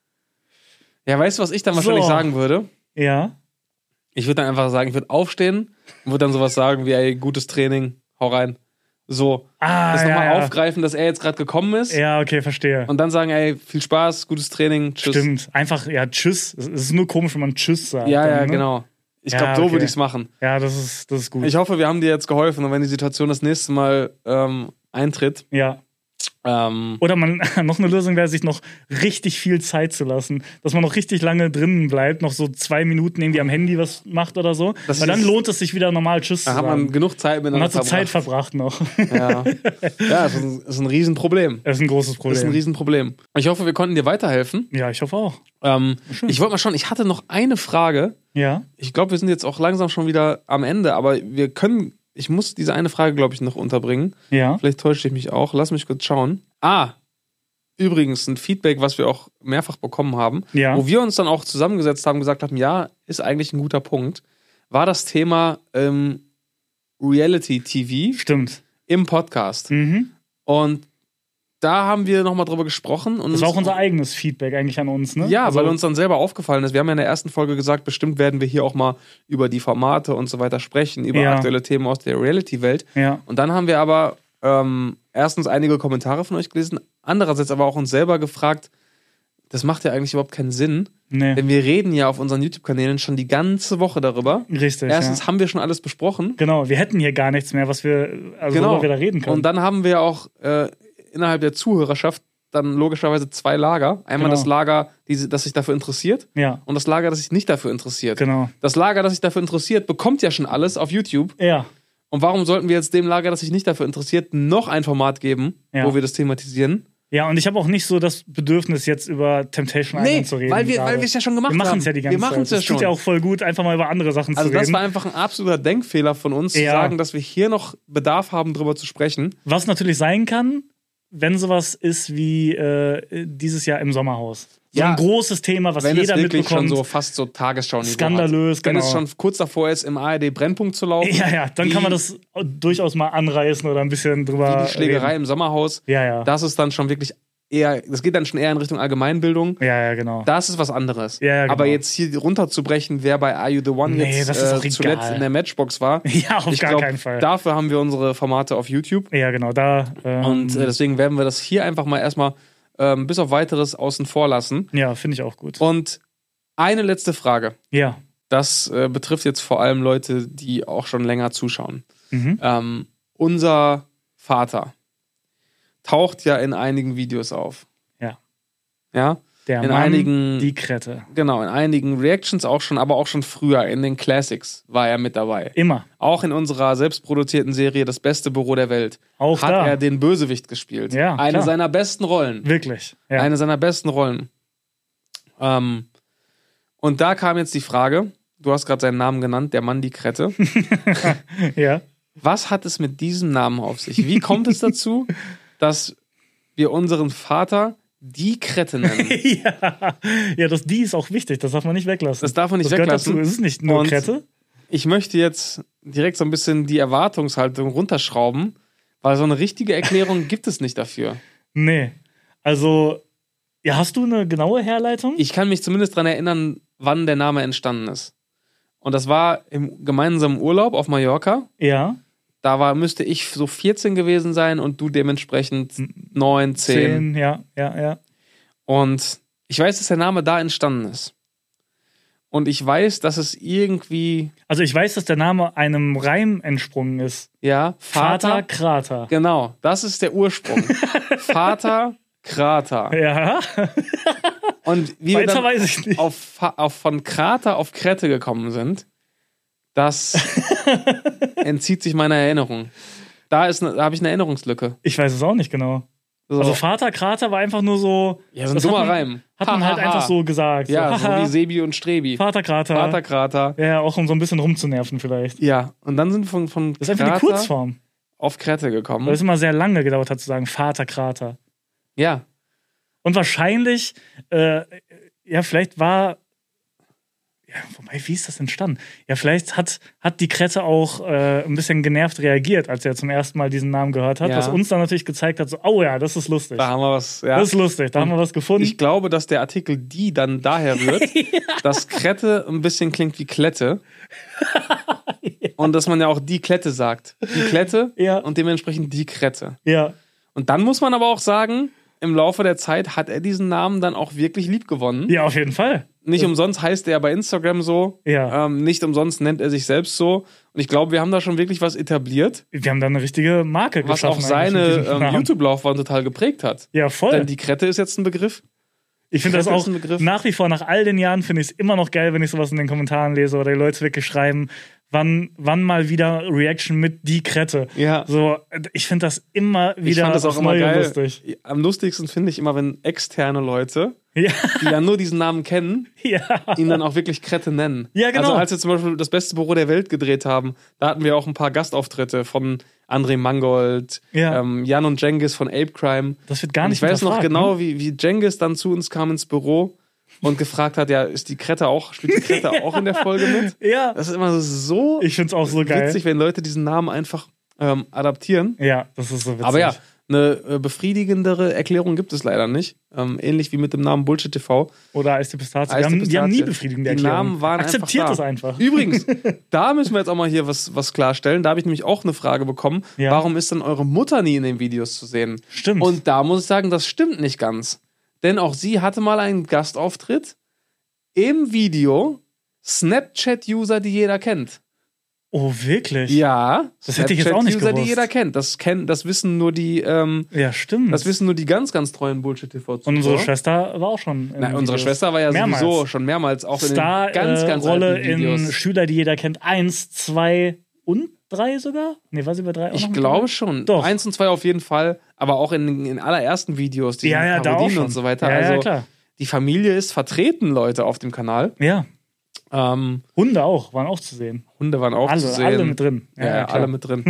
Ja, weißt du, was ich dann wahrscheinlich So. sagen würde? Ja. Ich würde dann einfach sagen, ich würde aufstehen und würde dann sowas sagen wie, ey, gutes Training, hau rein. So, Ah, das ja, nochmal ja. aufgreifen, dass er jetzt gerade gekommen ist Ja, okay, verstehe. und dann sagen, ey, viel Spaß, gutes Training, tschüss. Stimmt. Einfach, ja, tschüss. Es ist nur komisch, wenn man tschüss sagt. Ja, dann, ja, ne? genau. Ich Ja, glaube, so okay. würde ich es machen. Ja, das ist, das ist gut. Ich hoffe, wir haben dir jetzt geholfen und wenn die Situation das nächste Mal ähm, eintritt, ja. ähm, Oder man, noch eine Lösung wäre, sich noch richtig viel Zeit zu lassen. Dass man noch richtig lange drinnen bleibt, noch so zwei Minuten irgendwie am Handy was macht oder so. Das Weil dann ist- lohnt es sich wieder normal Tschüss da zu hat man sagen. genug Zeit miteinander Man hat so Zeit verbracht. verbracht noch. Ja, ja das, ist ein, das ist ein Riesenproblem. Das ist ein großes Das ist ein Problem. Riesenproblem. Ich hoffe, wir konnten dir weiterhelfen. Ja, ich hoffe auch. Ähm, Schön. ich wollte mal schauen, ich hatte noch eine Frage. Ja. Ich glaube, wir sind jetzt auch langsam schon wieder am Ende, aber wir können, ich muss diese eine Frage, glaube ich, noch unterbringen. Ja. Vielleicht täusche ich mich auch. Lass mich kurz schauen. Ah, übrigens ein Feedback, was wir auch mehrfach bekommen haben, Ja. wo wir uns dann auch zusammengesetzt haben, gesagt haben, ja, ist eigentlich ein guter Punkt, war das Thema ähm, Reality-T V Stimmt. im Podcast. Mhm. Und da haben wir nochmal drüber gesprochen. Und Das war auch uns- unser eigenes Feedback eigentlich an uns, ne? Ja, Also, weil uns dann selber aufgefallen ist. Wir haben ja in der ersten Folge gesagt, bestimmt werden wir hier auch mal über die Formate und so weiter sprechen, über Ja. aktuelle Themen aus der Reality-Welt. Ja. Und dann haben wir aber ähm, erstens einige Kommentare von euch gelesen, andererseits aber auch uns selber gefragt, das macht ja eigentlich überhaupt keinen Sinn, Nee. denn wir reden ja auf unseren YouTube-Kanälen schon die ganze Woche darüber. Richtig. Erstens ja. haben wir schon alles besprochen. Genau, wir hätten hier gar nichts mehr, was wir, also Genau. worüber wir da reden können. Und dann haben wir auch äh, innerhalb der Zuhörerschaft dann logischerweise zwei Lager. Einmal Genau. das Lager, die, das sich dafür interessiert, ja, und das Lager, das sich nicht dafür interessiert. genau. Das Lager, das sich dafür interessiert, bekommt ja schon alles auf YouTube. Ja, Und warum sollten wir jetzt dem Lager, das sich nicht dafür interessiert, noch ein Format geben, Ja. wo wir das thematisieren? ja, und ich habe auch nicht so das Bedürfnis, jetzt über Temptation Island zu reden. weil wir gerade. weil wir es ja schon gemacht wir haben. machen es ja die ganze wir machen es Zeit. ja Es schon. tut ja auch voll gut, einfach mal über andere Sachen Also zu das reden. war einfach ein absoluter Denkfehler von uns, zu Ja. sagen, dass wir hier noch Bedarf haben, drüber zu sprechen. Was natürlich sein kann, wenn sowas ist wie äh, dieses Jahr im Sommerhaus. So Ja. ein großes Thema, was Wenn jeder es wirklich mitbekommt. schon so fast so Tagesschau-Niveau Skandalös, hat. Wenn genau. es schon kurz davor ist, im A R D-Brennpunkt zu laufen. ja, ja, dann wie, kann man das durchaus mal anreißen oder ein bisschen drüber Wie die Schlägerei reden. im Sommerhaus. Ja, ja. Das ist dann schon wirklich eher, das geht dann schon eher in Richtung Allgemeinbildung. ja, ja, genau. Das ist was anderes. Ja, ja, genau. Aber jetzt hier runterzubrechen, wer bei Are You the One Nee, jetzt das ist äh, auch egal. zuletzt in der Matchbox war. Ja, auf ich gar glaub, keinen Fall. Dafür haben wir unsere Formate auf YouTube. Ja, genau, da. Ähm, Und äh, deswegen werden wir das hier einfach mal erstmal ähm, bis auf weiteres außen vor lassen. ja, finde ich auch gut. Und eine letzte Frage. Ja. Das äh, betrifft jetzt vor allem Leute, die auch schon länger zuschauen. Mhm. Ähm, unser Vater taucht ja in einigen Videos auf. Ja. Ja? Der In Mann, einigen- die Krette. Genau, in einigen Reactions auch schon, aber auch schon früher, in den Classics war er mit dabei. Immer. Auch in unserer selbstproduzierten Serie Das beste Büro der Welt Auch hat da. er den Bösewicht gespielt. Ja, Eine klar. seiner besten Rollen. Wirklich. Ja. Eine seiner besten Rollen. Ähm, und da kam jetzt die Frage, du hast gerade seinen Namen genannt, der Mann die Krette. ja. Was hat es mit diesem Namen auf sich? Wie kommt es dazu, dass wir unseren Vater die Krette nennen? ja. Ja, das die ist auch wichtig, das darf man nicht weglassen. Das darf man nicht das weglassen. Gehört dazu. Es ist nicht nur Und Krette. Ich möchte jetzt direkt so ein bisschen die Erwartungshaltung runterschrauben, weil so eine richtige Erklärung gibt es nicht dafür. Nee. Also, ja, hast du eine genaue Herleitung? Ich kann mich zumindest daran erinnern, wann der Name entstanden ist. Und das war im gemeinsamen Urlaub auf Mallorca. ja. Da war, müsste ich so vierzehn gewesen sein und du dementsprechend neun, zehn. Zehn, ja, ja, ja. Und ich weiß, dass der Name da entstanden ist. Und ich weiß, dass es irgendwie, Also ich weiß, dass der Name einem Reim entsprungen ist. ja, Vater, Vater. Krater. Genau, das ist der Ursprung. Vater Krater. Ja, Und wie wir weiter dann weiß ich nicht. auf, Fa- auf von Krater auf Krette gekommen sind, das entzieht sich meiner Erinnerung. Da, ist ne, da habe ich eine Erinnerungslücke. Ich weiß es auch nicht genau. So. Also Vater Krater war einfach nur so... Ja, so ein das dummer hat man, Reim. Hat man Ha, halt ha, einfach ha. so gesagt. Ja, so, so haha, wie Sebi und Strebi. Vater Krater. Vater Krater. Ja, auch um so ein bisschen rumzunerven vielleicht. Ja, und dann sind wir von, von Das ist einfach die Krater Kurzform. auf Krette gekommen. Weil es immer sehr lange gedauert hat zu sagen Vater Krater. Ja. Und wahrscheinlich, äh, ja, vielleicht war... Ja, wobei, wie ist das entstanden? Ja, vielleicht hat, hat die Krette auch äh, ein bisschen genervt reagiert, als er zum ersten Mal diesen Namen gehört hat, Ja. was uns dann natürlich gezeigt hat, so, oh ja, das ist lustig. Da haben wir was. Ja. Das ist lustig, da haben wir was gefunden. Ich glaube, dass der Artikel die dann daher rührt, ja. dass Krette ein bisschen klingt wie Klette. ja. Und dass man ja auch die Klette sagt. Die Klette ja. und dementsprechend die Krette. Ja. Und dann muss man aber auch sagen, im Laufe der Zeit hat er diesen Namen dann auch wirklich lieb gewonnen. Ja, auf jeden Fall. Nicht umsonst heißt er bei Instagram so. Ja. Ähm, nicht umsonst nennt er sich selbst so. Und ich glaube, wir haben da schon wirklich was etabliert. Wir haben da eine richtige Marke was geschaffen. Was auch seine eigentlich mit diesem ähm, Namen. YouTube-Laufbahn total geprägt hat. Ja, voll. Denn die Krette ist jetzt ein Begriff. Ich finde das Krette auch ist ein Begriff. nach wie vor, nach all den Jahren, finde ich es immer noch geil, wenn ich sowas in den Kommentaren lese oder die Leute wirklich schreiben, wann, wann mal wieder Reaction mit die Krette. Ja. So, ich finde das immer wieder Ich fand das auch aufs immer Neue geil. lustig. Am lustigsten finde ich immer, wenn externe Leute, Ja. die ja nur diesen Namen kennen, Ja. ihn dann auch wirklich Krette nennen. Ja, genau. Also als wir zum Beispiel das beste Büro der Welt gedreht haben, da hatten wir auch ein paar Gastauftritte von André Mangold, Ja. ähm, Jan und Cengiz von Ape Crime. Das wird gar Und nicht ich weiß noch hinterfragt, genau, ne? wie, wie Cengiz dann zu uns kam ins Büro und gefragt hat, ja, ist die Krette auch, spielt die Krette Ja. auch in der Folge mit? Ja. Das ist immer so Ich finde es auch so geil. witzig, wenn Leute diesen Namen einfach ähm, adaptieren. Ja, das ist so witzig. Aber ja, eine äh, befriedigendere Erklärung gibt es leider nicht. Ähm, ähnlich wie mit dem Namen Bullshit T V. Oder Eis die Pistazie. Eis Wir die haben, die haben nie Pistazie. befriedigende Die Erklärungen. Namen waren Akzeptiert einfach das da. einfach. Übrigens, da müssen wir jetzt auch mal hier was, was klarstellen. Da habe ich nämlich auch eine Frage bekommen. Ja. Warum ist denn eure Mutter nie in den Videos zu sehen? Stimmt. Und da muss ich sagen, das stimmt nicht ganz. Denn auch sie hatte mal einen Gastauftritt im Video Snapchat-User, die jeder kennt. Oh, wirklich? Ja, Das hätte ich jetzt auch nicht Snapchat-User, die gewusst. jeder kennt. Das, kenn, das wissen nur die, ähm, Ja, stimmt. das wissen nur die ganz, ganz treuen Bullshit-T V-Zuschauer. Und unsere Schwester war auch schon in Na, unsere Videos. Schwester war ja Mehrmals. sowieso schon mehrmals auch in den Star, ganz, ganz äh, Rolle alten Videos. in Schüler, die jeder kennt. Eins, zwei und drei sogar? Nee, war sie bei drei auch noch Ich mit glaube dabei? schon. Doch. Eins und zwei auf jeden Fall, aber auch in den allerersten Videos, die Ja, ja, da auch Parodien schon. und so weiter. Ja, also ja, klar. die Familie ist vertreten, Leute, auf dem Kanal. Ja. Ähm, Hunde auch, waren auch zu sehen. Hunde waren auch Alle, zu sehen. alle mit drin. Ja, Ja, ja, klar. alle mit drin.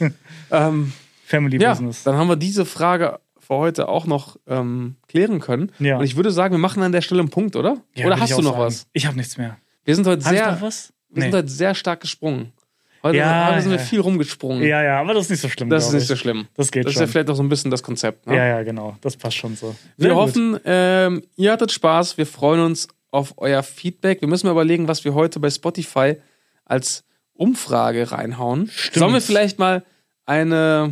ähm, Family ja, Business. dann haben wir diese Frage für heute auch noch ähm, klären können. Ja. Und ich würde sagen, wir machen an der Stelle einen Punkt, oder? Ja, oder würd hast ich du auch noch sagen. was? Ich habe nichts mehr. Wir sind heute Hast du sehr, noch was? wir sind Nee. heute sehr stark gesprungen. Heute, Ja, heute sind wir ja. viel rumgesprungen. Ja, ja, aber das ist nicht so schlimm. das ist glaub nicht so ich. schlimm. Das geht Das ist schon. ja vielleicht auch so ein bisschen das Konzept. Ne? Ja, ja, genau. Das passt schon so. Wir Sehr gut. hoffen, ähm, ihr hattet Spaß. Wir freuen uns auf euer Feedback. Wir müssen mal überlegen, was wir heute bei Spotify als Umfrage reinhauen. Stimmt. Sollen wir vielleicht mal eine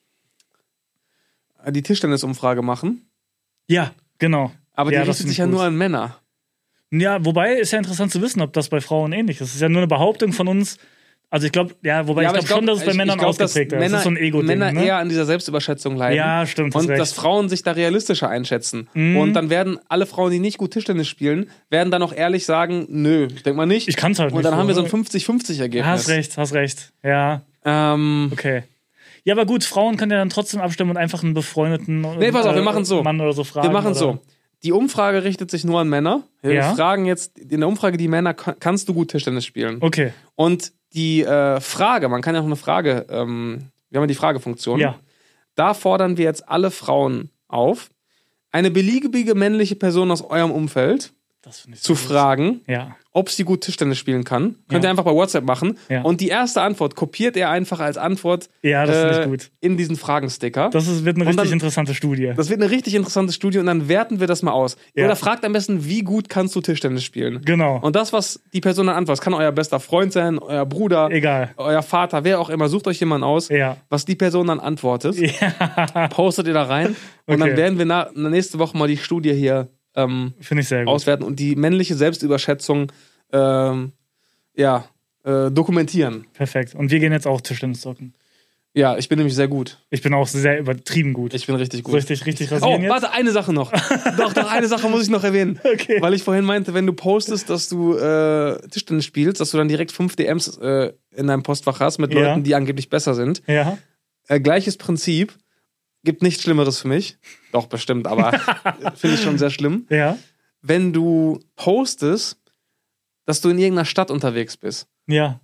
die Tischtennis-Umfrage machen? Ja, genau. Aber Ja, die das richtet find sich ich ja gut. nur an Männer. Ja, wobei ist ja interessant zu wissen, ob das bei Frauen ähnlich ist. Es ist ja nur eine Behauptung von uns. Also ich glaube, ja, wobei Ja, ich aber glaube schon, dass es bei ich- Männern ich glaub, dass ausgeprägter ist. Männer, Das ist so ein Ego-Ding. Männer ne? eher an dieser Selbstüberschätzung leiden. Ja, stimmt, hast Und recht. dass Frauen sich da realistischer einschätzen. Mhm. Und dann werden alle Frauen, die nicht gut Tischtennis spielen, werden dann auch ehrlich sagen, nö, ich denk mal nicht. Ich kann's halt Und nicht dann so, haben wir so ne? ein fünfzig fünfzig Ergebnis. Hast recht, hast recht. Ja, Ähm, okay. Ja, aber gut, Frauen können ja dann trotzdem abstimmen und einfach einen befreundeten Nee, pass auf, wir machen's so. Mann oder so fragen. wir machen es oder? so. Die Umfrage richtet sich nur an Männer. Wir Ja. fragen jetzt in der Umfrage die Männer, ka- kannst du gut Tischtennis spielen? Okay, Und die äh, Frage, man kann ja auch eine Frage, ähm, wir haben ja die Fragefunktion. ja. Da fordern wir jetzt alle Frauen auf, eine beliebige männliche Person aus eurem Umfeld Das finde ich zu so gut. fragen, Ja, ob sie gut Tischtennis spielen kann. Könnt Ja. ihr einfach bei WhatsApp machen. Ja. Und die erste Antwort kopiert er einfach als Antwort ja, das finde äh, ich gut. in diesen Fragensticker. Das ist, wird eine und richtig dann- interessante Studie. Das wird eine richtig interessante Studie und dann werten wir das mal aus. Ja. Oder fragt am besten, wie gut kannst du Tischtennis spielen? Genau. Und das, was die Person dann antwortet, das kann euer bester Freund sein, euer Bruder, Egal. euer Vater, wer auch immer. Sucht euch jemanden aus, Ja. was die Person dann antwortet. Ja, Postet ihr da rein und dann Okay. werden wir na, nächste Woche mal die Studie hier ähm, finde ich sehr gut. auswerten und die männliche Selbstüberschätzung ähm, ja, äh, dokumentieren. Perfekt. Und wir gehen jetzt auch Tischtennis zocken. Ja, ich bin nämlich sehr gut. Ich bin auch sehr übertrieben gut. Ich bin richtig gut. Soll ich dich richtig Oh, rasieren jetzt? warte, eine Sache noch. doch, doch, eine Sache muss ich noch erwähnen. Okay. Weil ich vorhin meinte, wenn du postest, dass du äh, Tischtennis spielst, dass du dann direkt fünf D Ms äh, in deinem Postfach hast mit Ja. Leuten, die angeblich besser sind. Ja. Äh, gleiches Prinzip. gibt nichts Schlimmeres für mich. Doch, bestimmt, aber finde ich schon sehr schlimm. Ja. Wenn du postest, dass du in irgendeiner Stadt unterwegs bist. Ja.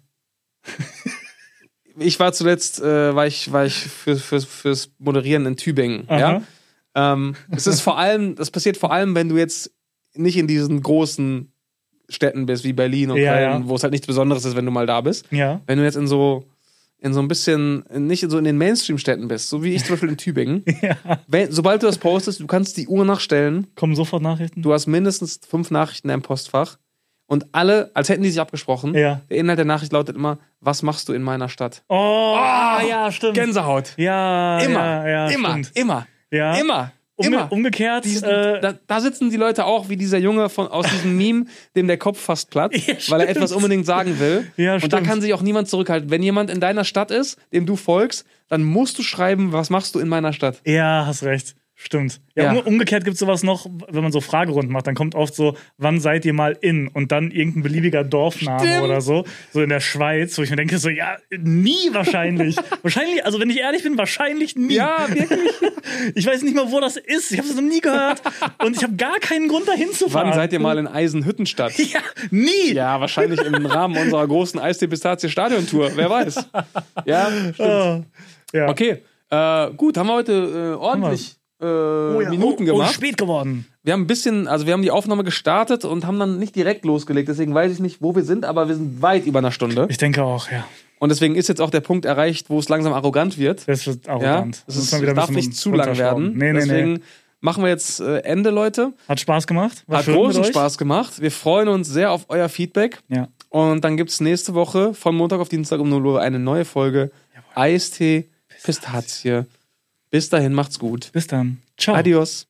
Ich war zuletzt, äh, war ich, war ich für, für, fürs Moderieren in Tübingen. Ja? Ähm, es ist vor allem, das passiert vor allem, wenn du jetzt nicht in diesen großen Städten bist, wie Berlin und Ja, Köln, ja. wo es halt nichts Besonderes ist, wenn du mal da bist. Ja. Wenn du jetzt in so, in so ein bisschen, nicht so in den Mainstream-Städten bist, so wie ich zum Beispiel in Tübingen. Ja. Wenn, sobald du das postest, du kannst die Uhr nachstellen, Kommen sofort Nachrichten? du hast mindestens fünf Nachrichten in deinem Postfach und alle, als hätten die sich abgesprochen, Ja. der Inhalt der Nachricht lautet immer, was machst du in meiner Stadt? Oh, ah, ja, stimmt. Gänsehaut. Ja, Immer, ja, ja, immer, stimmt. immer, Ja. immer, Umge immer. Umgekehrt, Diesen, äh, da, da sitzen die Leute auch wie dieser Junge von, aus diesem Meme, dem der Kopf fast platzt, Ja, weil er stimmt. etwas unbedingt sagen will. Ja, und da stimmt. kann sich auch niemand zurückhalten. Wenn jemand in deiner Stadt ist, dem du folgst, dann musst du schreiben, was machst du in meiner Stadt? ja, hast recht. Stimmt. Ja, Ja. um, umgekehrt gibt es sowas noch, wenn man so Fragerunden macht, dann kommt oft so, wann seid ihr mal in? Und dann irgendein beliebiger Dorfname Stimmt. oder so, so in der Schweiz, wo ich mir denke, so, ja, nie wahrscheinlich. wahrscheinlich, also wenn ich ehrlich bin, wahrscheinlich nie. Ja, wirklich. Ich weiß nicht mal, wo das ist. Ich habe es noch nie gehört. Und ich habe gar keinen Grund, da hinzufahren. Wann seid ihr mal in Eisenhüttenstadt? Ja, nie. Ja, wahrscheinlich im Rahmen unserer großen Eistee-Pistazie-Stadion-Tour. Wer weiß. Ja, stimmt. Oh, ja. Okay, äh, gut, haben wir heute äh, ordentlich äh, Oh ja, Minuten oh, oh, gemacht. spät geworden. Wir haben ein bisschen, also wir haben die Aufnahme gestartet und haben dann nicht direkt losgelegt. Deswegen weiß ich nicht, wo wir sind, aber wir sind weit über einer Stunde. Ich denke auch, ja. Und deswegen ist jetzt auch der Punkt erreicht, wo es langsam arrogant wird. Das wird Ja, arrogant. es Das ist, muss man wieder ein darf bisschen nicht zu lang runterschrauben. werden. Nee, nee, deswegen nee. machen wir jetzt äh, Ende, Leute. Hat Spaß gemacht. War Hat schön mit großen euch. Spaß gemacht. Wir freuen uns sehr auf euer Feedback. Ja. Und dann gibt es nächste Woche von Montag auf Dienstag um null Uhr eine neue Folge Eistee Pistazie. Bis dahin, macht's gut. Bis dann. Ciao. Adios.